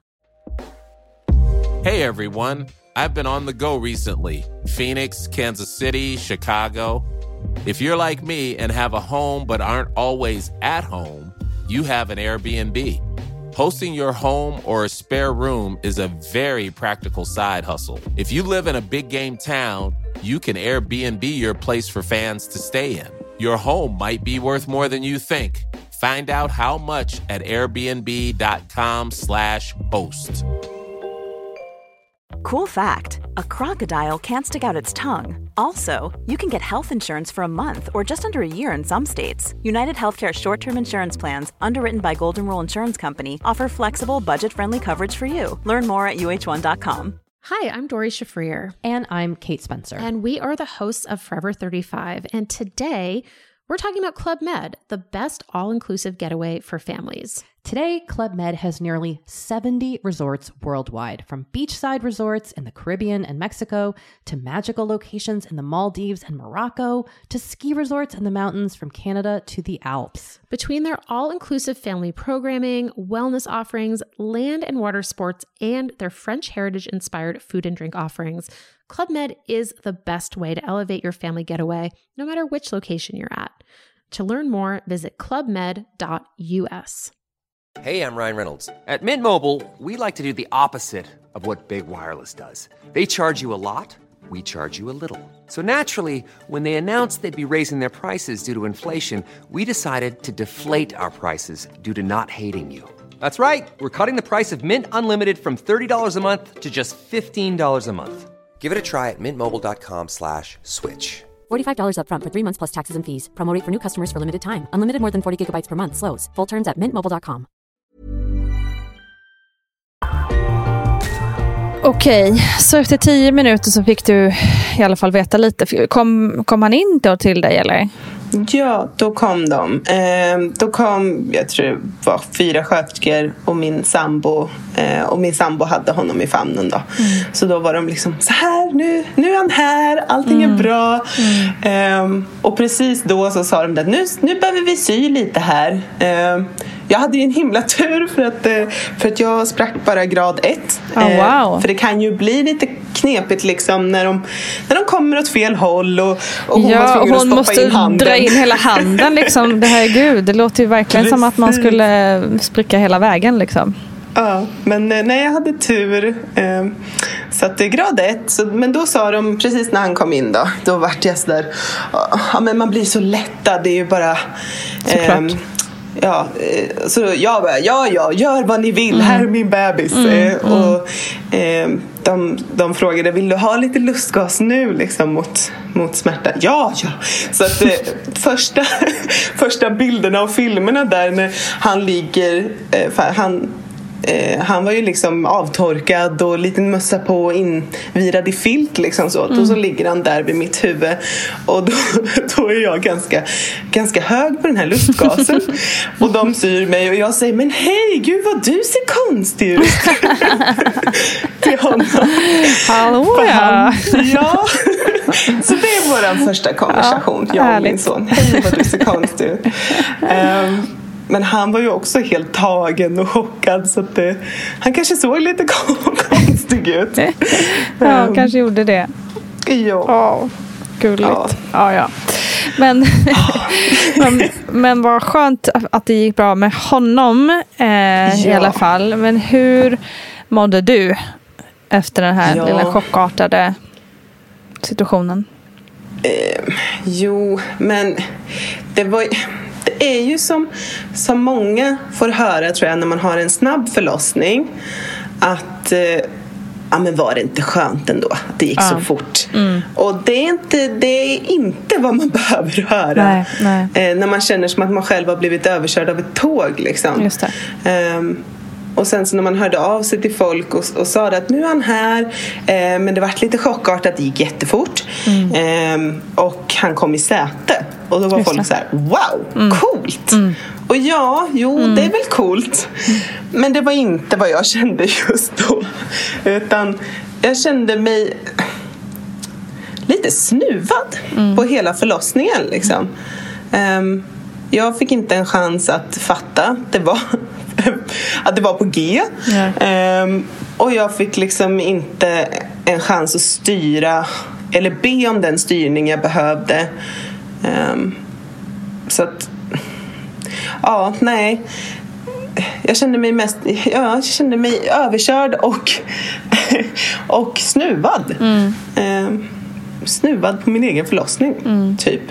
Hey everyone, I've been on the go recently. Phoenix, Kansas City, Chicago. If you're like me and have a home but aren't always at home, you have an Airbnb. Hosting your home or a spare room is a very practical side hustle. If you live in a big game town, you can Airbnb your place for fans to stay in. Your home might be worth more than you think. Find out how much at airbnb.com/host. Cool fact, a crocodile can't stick out its tongue. Also, you can get health insurance for a month or just under a year in some states. United Healthcare short-term insurance plans, underwritten by Golden Rule Insurance Company, offer flexible, budget-friendly coverage for you. Learn more at uh1.com. Hi, I'm Dory Shafrir. And I'm Kate Spencer. And we are the hosts of Forever 35. And today, we're talking about Club Med, the best all-inclusive getaway for families. Today, Club Med has nearly 70 resorts worldwide, from beachside resorts in the Caribbean and Mexico, to magical locations in the Maldives and Morocco, to ski resorts in the mountains from Canada to the Alps. Between their all-inclusive family programming, wellness offerings, land and water sports, and their French heritage-inspired food and drink offerings, Club Med is the best way to elevate your family getaway, no matter which location you're at. To learn more, visit clubmed.us. Hey, I'm Ryan Reynolds. At Mint Mobile, we like to do the opposite of what Big Wireless does. They charge you a lot, we charge you a little. So naturally, when they announced they'd be raising their prices due to inflation, we decided to deflate our prices due to not hating you. That's right. We're cutting the price of Mint Unlimited from $30 a month to just $15 a month. Give it a try at mintmobile.com/switch. $45 up front for 3 months plus taxes and fees. Promo rate for new customers for limited time. Unlimited more than 40 gigabytes per month. Slows full terms at mintmobile.com. Okej, så efter 10 minuter så fick du i alla fall veta lite. Kom han in då till dig eller? Ja, då kom de. Då kom, jag tror det var 4 sköterskor och min sambo. Och min sambo hade honom i famnen då. Så då var de liksom så här, nu är han här, allting är bra. Och precis då så sa de att nu behöver vi sy lite här. Jag hade ju en himla tur för att jag sprack bara grad 1. Wow. För det kan ju bli lite knepigt liksom när de kommer åt fel håll och hon var tvungen att stoppa in handen. Dra in hela handen liksom. Det här är gud, det låter ju verkligen som att man skulle spricka hela vägen liksom. Ja, men nej, jag hade tur. Så att det är grad 1. Men då sa de, precis när han kom in då vart jag sådär, ja men man blir så lättad, det är ju bara... Ja, så jag bara, ja, gör vad ni vill, här är min bebis. Och de frågade, vill du ha lite lustgas nu liksom mot smärta? Ja. Så att första bilderna och filmerna där när han ligger, han var ju liksom avtorkad och liten mössa på, invirad i filt liksom så. Och så ligger han där vid mitt huvud och då är jag ganska hög på den här lustgasen och de syr mig och jag säger, men hej, gud vad du ser konstig ut. Till honom. Hallå ja. Ja. Så det är vår första konversation, jag och min son. Hej vad du ser konstig ut. Men han var ju också helt tagen och chockad, så att han kanske såg lite konstig ut. Ja, kanske gjorde det. Ja. Gulligt. Ja. Men vad skönt att det gick bra med honom i alla fall. Men hur mådde du efter den här lilla chockartade situationen? Men det är ju som många får höra, tror jag, när man har en snabb förlossning, att men var det inte skönt ändå att det gick så fort. Och det är inte vad man behöver höra. Nej. När man känner som att man själv har blivit överkörd av ett tåg liksom. Just det. Och sen så när man hörde av sig till folk och sa att nu är han här, men det var lite chockartat, det gick jättefort. Och han kom i säte. Och då var folk så här, wow, coolt. Och det är väl coolt. Men det var inte vad jag kände just då. Utan jag kände mig lite snuvad på hela förlossningen liksom. jag fick inte en chans att fatta att det var på G. Och jag fick liksom inte en chans att styra eller be om den styrning jag behövde. Så att nej. Jag kände mig överkörd och snuvad. Snuvad på min egen förlossning typ.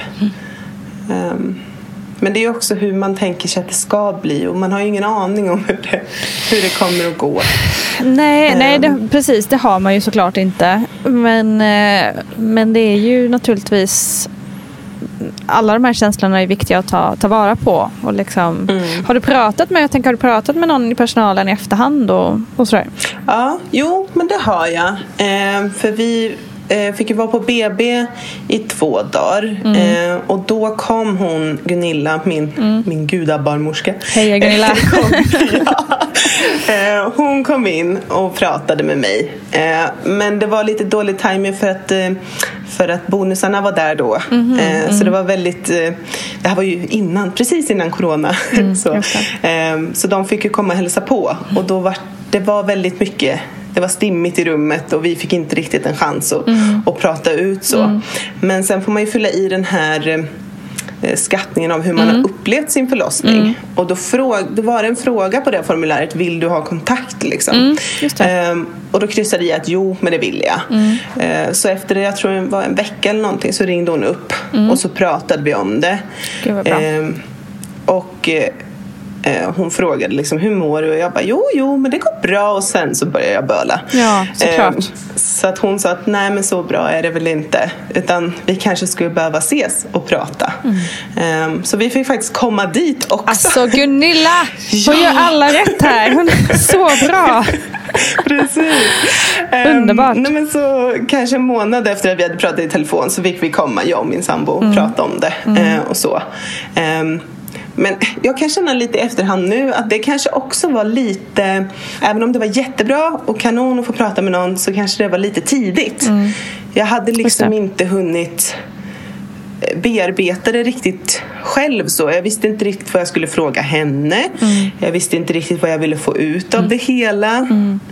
Men det är också hur man tänker sig att det ska bli, och man har ju ingen aning om hur det kommer att gå. Nej, precis, det har man ju såklart inte. Men det är ju naturligtvis, alla de här känslorna är viktiga att ta vara på. Och liksom, har du pratat med någon i personalen i efterhand och sådär? Ja, jo, men det har jag. För vi fick ju vara på BB i 2 dagar. Och då kom hon, Gunilla, min gudabarnmorska. Hej Gunilla. Hon kom in och pratade med mig. Men det var lite dålig timing för att bonusarna var där då. Så det var väldigt, det här var ju precis innan corona. Så de fick ju komma och hälsa på. Och då det var väldigt mycket. Det var stimmigt i rummet och vi fick inte riktigt en chans att prata ut så. Men sen får man ju fylla i den här skattningen av hur man har upplevt sin förlossning. Och då var det en fråga på det formuläret: vill du ha kontakt liksom? Och då kryssade jag att jo, men det vill jag. Så efter det, jag tror det var en vecka eller någonting, så ringde hon upp och så pratade vi om det. Gud vad bra. Och hon frågade liksom, hur mår du? Och jag bara, jo, men det går bra. Och sen så började jag böla. Ja, såklart. Så att hon sa att nej, men så bra är det väl inte. Utan vi kanske skulle behöva ses och prata. Så vi fick faktiskt komma dit också. Alltså Gunilla, hon gör alla rätt här. Hon är så bra. Precis. Underbart. Nej, men så kanske en månad efter att vi hade pratat i telefon så fick vi komma, jag och min sambo, och prata om det. Och så. Men jag kan känna lite i efterhand nu att det kanske också var lite, även om det var jättebra och kanon att få prata med någon, så kanske det var lite tidigt. Jag hade liksom inte hunnit bearbeta det riktigt själv så. Jag visste inte riktigt vad jag skulle fråga henne. Jag visste inte riktigt vad jag ville få ut av det hela.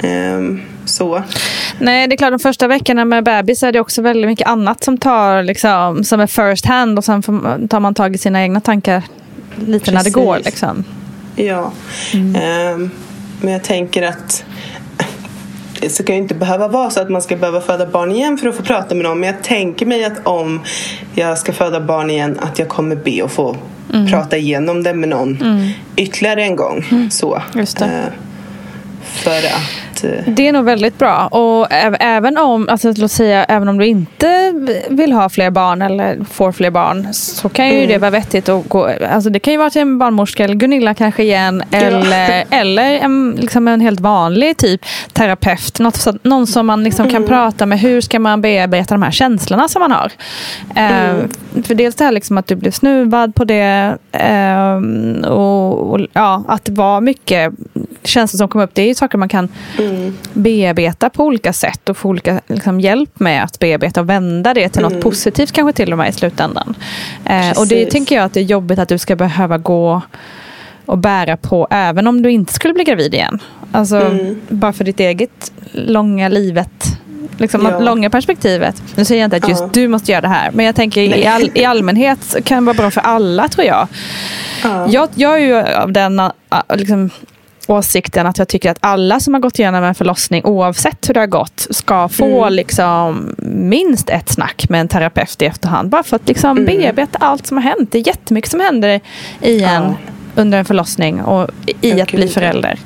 Så. Nej, det är klart, de första veckorna med bebis är det också väldigt mycket annat som tar liksom, som är first hand, och sen tar man tag i sina egna tankar lite. Precis. När det går liksom. Ja. Men jag tänker att det ska ju inte behöva vara så att man ska behöva föda barn igen för att få prata med någon. Men jag tänker mig att om jag ska föda barn igen, att jag kommer be att få prata igenom det med någon ytterligare en gång. Så. Just det. För att det är nog väldigt bra. Och även om, alltså, låt säga, även om du inte vill ha fler barn eller får fler barn, så kan ju det vara vettigt att gå. Alltså det kan ju vara till en barnmorska eller Gunilla kanske igen, eller liksom en helt vanlig typ terapeut, någon som man liksom kan prata med. Hur ska man bearbeta de här känslorna som man har? För dels det här liksom att du blev snuvad på det, och ja, att det var mycket känslor som kom upp. Det är ju saker man kan bearbeta på olika sätt och få olika liksom, hjälp med att bearbeta och vända det till något positivt kanske till och med i slutändan. Och det tänker jag att det är jobbigt att du ska behöva gå och bära på även om du inte skulle bli gravid igen. Alltså bara för ditt eget långa livet, liksom långa perspektivet. Nu säger jag inte att just du måste göra det här, men jag tänker i allmänhet kan det vara bra för alla, tror jag. Jag är ju av den liksom åsikten att jag tycker att alla som har gått igenom en förlossning, oavsett hur det har gått, ska få liksom minst ett snack med en terapeut i efterhand, bara för att liksom bearbeta allt som har hänt. Det är jättemycket som händer under en förlossning och i att bli förälder.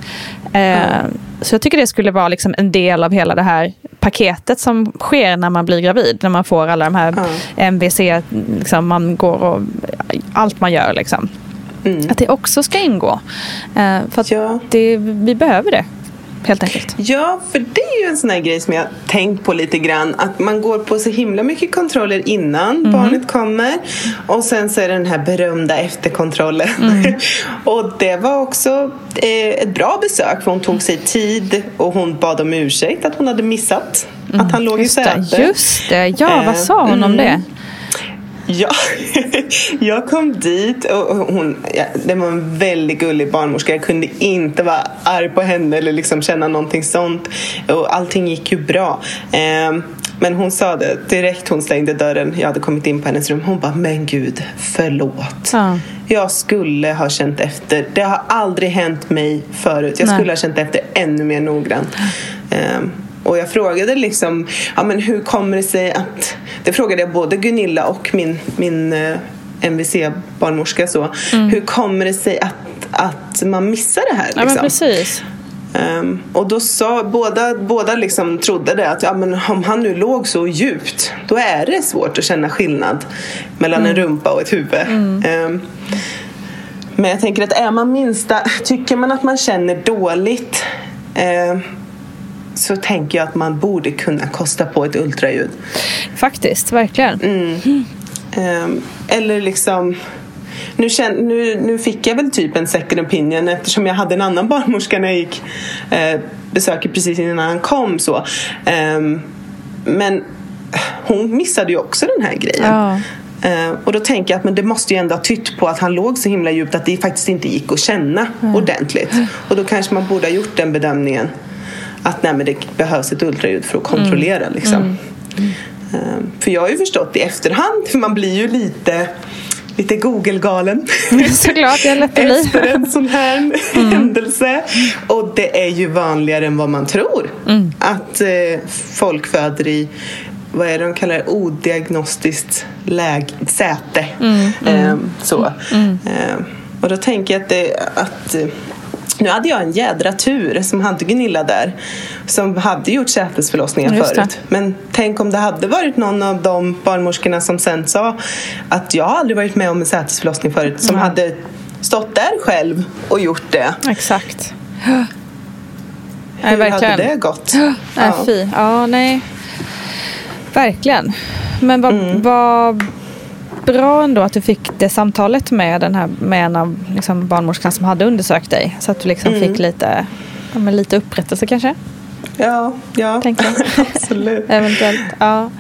Så jag tycker det skulle vara liksom en del av hela det här paketet som sker när man blir gravid, när man får alla de här MVC, liksom, man går och allt man gör liksom. Att det också ska ingå. För att vi behöver det, helt enkelt. Ja, för det är ju en sån här grej som jag tänkt på lite grann. Att man går på så himla mycket kontroller innan barnet kommer. Och sen så är det den här berömda efterkontrollen. Och det var också ett bra besök. För hon tog sig tid och hon bad om ursäkt att hon hade missat att han låg i säte. Just det, ja, vad sa hon om det? Ja, jag kom dit och det var en väldigt gullig barnmorska. Jag kunde inte vara arg på henne eller liksom känna någonting sånt. Och allting gick ju bra. Men hon sa det direkt, hon stängde dörren. Jag hade kommit in på hennes rum. Hon bara, men gud, förlåt. Ja. Jag skulle ha känt efter. Det har aldrig hänt mig förut. Jag skulle ha känt efter ännu mer noggrant. Och jag frågade liksom, ja men hur kommer det sig att... Det frågade jag både Gunilla och min MVC-barnmorska så. Hur kommer det sig att man missar det här liksom? Ja men precis. Och då sa båda liksom trodde det att men om han nu låg så djupt, då är det svårt att känna skillnad mellan en rumpa och ett huvud. Men jag tänker att är man tycker man att man känner dåligt, så tänker jag att man borde kunna kosta på ett ultraljud. Faktiskt, verkligen. Eller liksom nu fick jag väl typ en second opinion eftersom jag hade en annan barnmorska när jag gick besöket precis innan han kom så. Men hon missade ju också den här grejen. Ja. Och då tänker jag att men det måste ju ändå ha tytt på att han låg så himla djupt att det faktiskt inte gick att känna ordentligt. Och då kanske man borde ha gjort den bedömningen att nej, men det behövs ett ultraljud för att kontrollera liksom. För jag har ju förstått i efterhand, för man blir ju lite Google-galen. Såklart, jag är lätt att bli. Efter en sån här händelse. Och det är ju vanligare än vad man tror. Att folk föder i, vad är det de kallar det, odiagnostiskt säte. Och då tänker jag att nu hade jag en jädra tur som hade Gunilla där, som hade gjort sätesförlossningar förut. Men tänk om det hade varit någon av de barnmorskorna som sen sa att jag aldrig varit med om en sätesförlossning förut, som hade stått där själv och gjort det. Exakt. Hur hade det gått? Nej. Verkligen. Men vad bra ändå att du fick det samtalet med en av liksom barnmorskan som hade undersökt dig, så att du liksom fick lite upprättelse kanske. Ja. Tänker jag. Absolut. Eventuellt. Ja.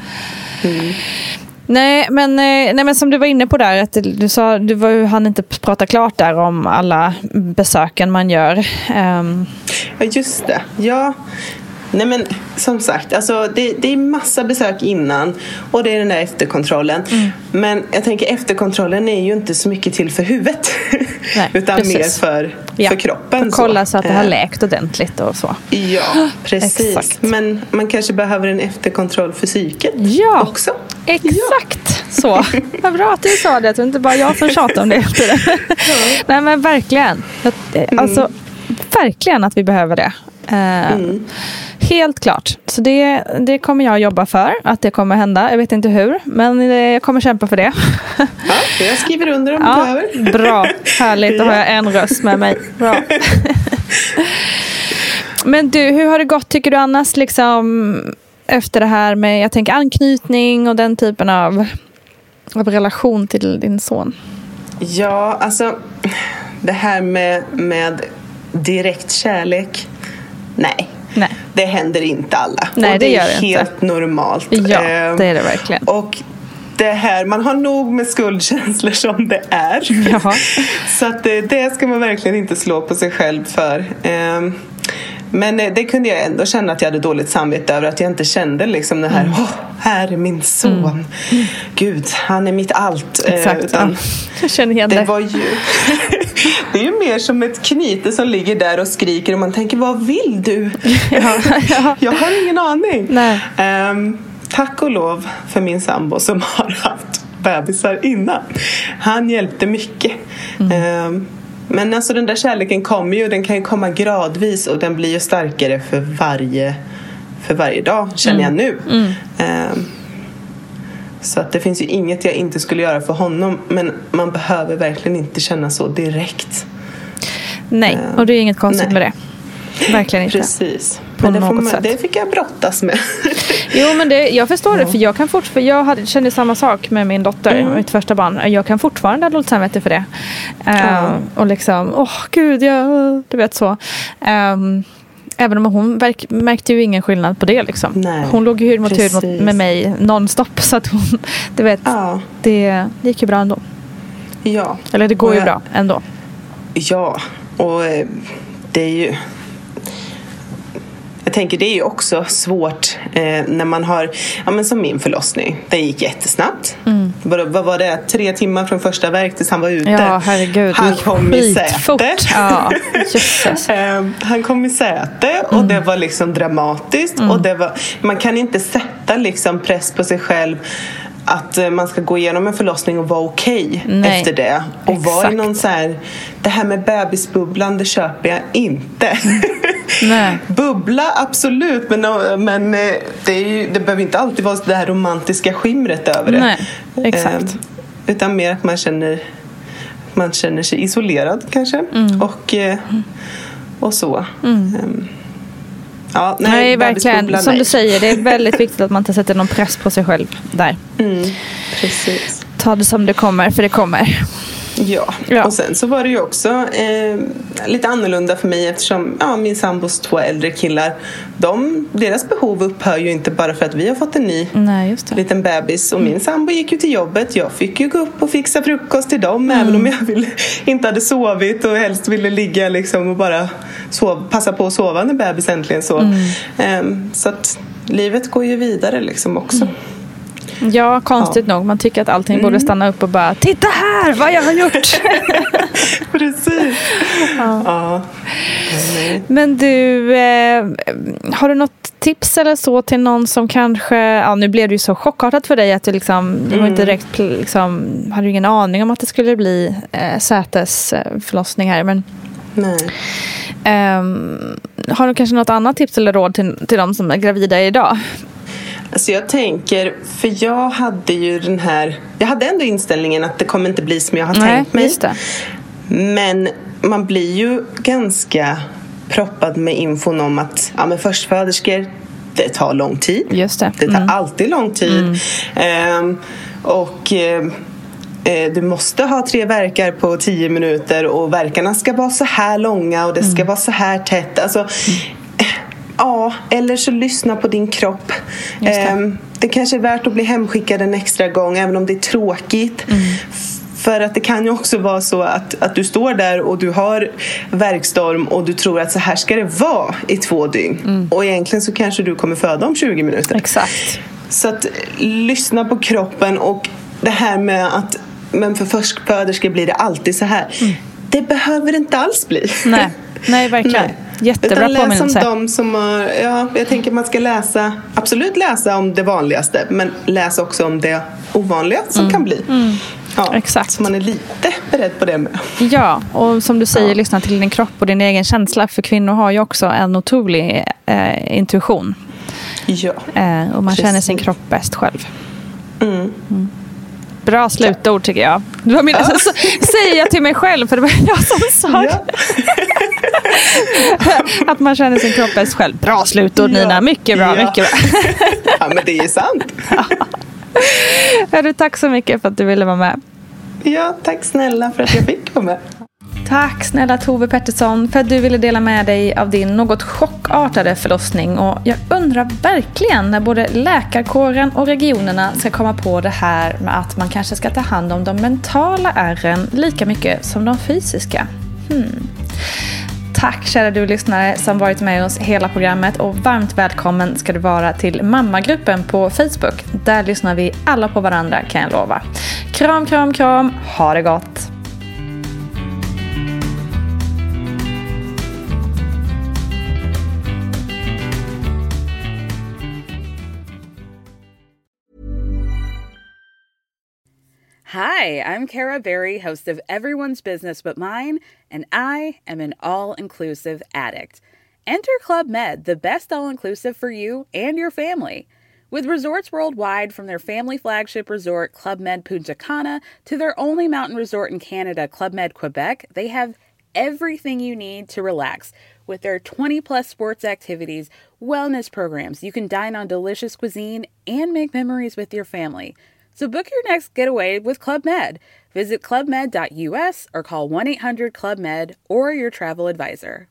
Nej, men som du var inne på där, att du sa han inte prata klart där om alla besöken man gör. Ja, just det. Ja. Nej men som sagt, alltså det är massa besök innan och det är den där efterkontrollen. Men jag tänker efterkontrollen är ju inte så mycket till för huvudet. Nej, utan precis. Mer för kroppen. För kolla så att det har läkt ordentligt och så. Ja, precis. Exakt. Men man kanske behöver en efterkontroll för psyket också. Exakt. Så. Vad bra att du sa det. Jag tror inte bara jag som tjatar om det. Nej men verkligen. Alltså verkligen att vi behöver det. Helt klart. Så det kommer jag jobba för, att det kommer hända. Jag vet inte hur, men jag kommer kämpa för det. Ja, jag skriver under om du behöver. Bra, härligt. Då har jag en röst med mig. Bra. Men du, hur har det gått tycker du annars liksom efter det här med, jag tänker anknytning och den typen av relation till din son? Ja, alltså det här med direkt kärlek, nej. Det händer inte alla. Nej, och det gör är det helt inte. Normalt. Ja, det är det verkligen. Och det här, man har nog med skuldkänslor som det är. Jaha. Så att det ska man verkligen inte slå på sig själv för. Men det kunde jag ändå känna att jag hade dåligt samvete över, att jag inte kände liksom det här, här är min son. Gud, han är mitt allt. Exakt, utan jag känner igen det. Var ju det är ju mer som ett knyte som ligger där och skriker och man tänker, vad vill du? Jag har ingen aning. Nej. Tack och lov för min sambo som har haft bebisar innan. Han hjälpte mycket. Men alltså den där kärleken kommer ju, den kan ju komma gradvis och den blir ju starkare för varje dag, känner jag nu. Så att det finns ju inget jag inte skulle göra för honom, men man behöver verkligen inte känna så direkt. Nej, och det är inget konstigt med det. Verkligen inte. Precis. Men det fick jag brottas med. Jo, men jag förstår det. För jag kan jag kände samma sak med min dotter, mitt första barn. Jag kan fortfarande ha dåligt samvete för det. Och liksom, gud, du vet så. Även om hon märkte ju ingen skillnad på det liksom. Nej, hon låg ju hud mot hud med mig nonstop, så att hon, du vet, det gick ju bra ändå. Ja. Eller det går ju bra ändå. Ja, och det är ju... Jag tänker det är ju också svårt när man har, men som min förlossning, den gick jättesnabbt. Vad var det? 3 timmar från första verk tills han var ute. Ja, herregud. Han kom i säte. Ja, Jesus. Han kom i säte och det var liksom dramatiskt. Och det var, man kan inte sätta liksom press på sig själv att man ska gå igenom en förlossning och vara okej efter det. Och vara i någon så här, det här med bebisbubblan, det köper jag inte. Nej. Bubbla, absolut, men det behöver inte alltid vara det här romantiska skimret över det. Nej, exakt. Utan mer att man känner sig isolerad kanske. Och så. Ja, nej, verkligen. Som du säger, det är väldigt viktigt att man inte sätter någon press på sig själv där. Precis. Ta det som det kommer, för det kommer. Ja, och sen så var det ju också lite annorlunda för mig eftersom min sambos 2 äldre killar, deras behov upphör ju inte bara för att vi har fått en ny liten bebis. Och min sambo gick ju till jobbet, jag fick ju gå upp och fixa frukost till dem även om jag inte hade sovit och helst ville ligga liksom och bara passa på att sova när bebis äntligen sov. Så att livet går ju vidare liksom också. Ja, konstigt nog. Man tycker att allting borde stanna upp och bara, titta här vad jag har gjort. Precis. Ja. Men du, har du något tips eller så till någon som kanske, nu blev det ju så chockartat för dig att du liksom, du var inte direkt liksom, hade ju ingen aning om att det skulle bli sätesförlossning här, men nej. Har du kanske något annat tips eller råd till de som är gravida idag? Alltså jag tänker, för jag hade ändå inställningen att det kommer inte bli som jag har tänkt mig. Just det. Men man blir ju ganska proppad med infon om att men förstföderskor, det tar lång tid. Just det. Det tar alltid lång tid. Du måste ha 3 verkar på 10 minuter och verkarna ska vara så här långa och det ska vara så här tätt. Alltså eller så lyssna på din kropp. Det kanske är värt att bli hemskickad en extra gång även om det är tråkigt. För att det kan ju också vara så att du står där och du har värkstorm och du tror att så här ska det vara i 2 dygn. Och egentligen så kanske du kommer föda om 20 minuter. Exakt. Så att lyssna på kroppen, och det här med att men för förstföderskor blir det alltid så här. Det behöver inte alls bli. Nej, verkligen. Nej. Jättebra påminnelse. Läs om de som har, jag tänker man ska absolut läsa om det vanligaste, men läs också om det ovanliga som kan bli. Exakt. Så man är lite beredd på det med. Ja, och som du säger, lyssna till din kropp och din egen känsla, för kvinnor har ju också en otrolig intuition. Ja. Och man känner sin kropp bäst själv. Bra slutord tycker jag. Du var säger jag till mig själv, för det var jag som sa att man känner sin kropp bäst själv. Bra slutord, Nina. Mycket bra, mycket bra. Ja, men det är sant. Tack så mycket för att du ville vara med. Ja, tack snälla för att jag fick vara med. Tack snälla Tove Pettersson för att du ville dela med dig av din något chockartade förlossning. Och jag undrar verkligen när både läkarkåren och regionerna ska komma på det här med att man kanske ska ta hand om de mentala ärren lika mycket som de fysiska. Tack kära du lyssnare som varit med oss hela programmet, och varmt välkommen ska du vara till mammagruppen på Facebook. Där lyssnar vi alla på varandra, kan jag lova. Kram, kram, kram. Ha det gott. Hi, I'm Cara Berry, host of Everyone's Business But Mine, and I am an all-inclusive addict. Enter Club Med, the best all-inclusive for you and your family. With resorts worldwide, from their family flagship resort, Club Med Punta Cana, to their only mountain resort in Canada, Club Med Quebec, they have everything you need to relax. With their 20-plus sports activities, wellness programs, you can dine on delicious cuisine and make memories with your family. So book your next getaway with Club Med. Visit clubmed.us or call 1-800-CLUB-MED or your travel advisor.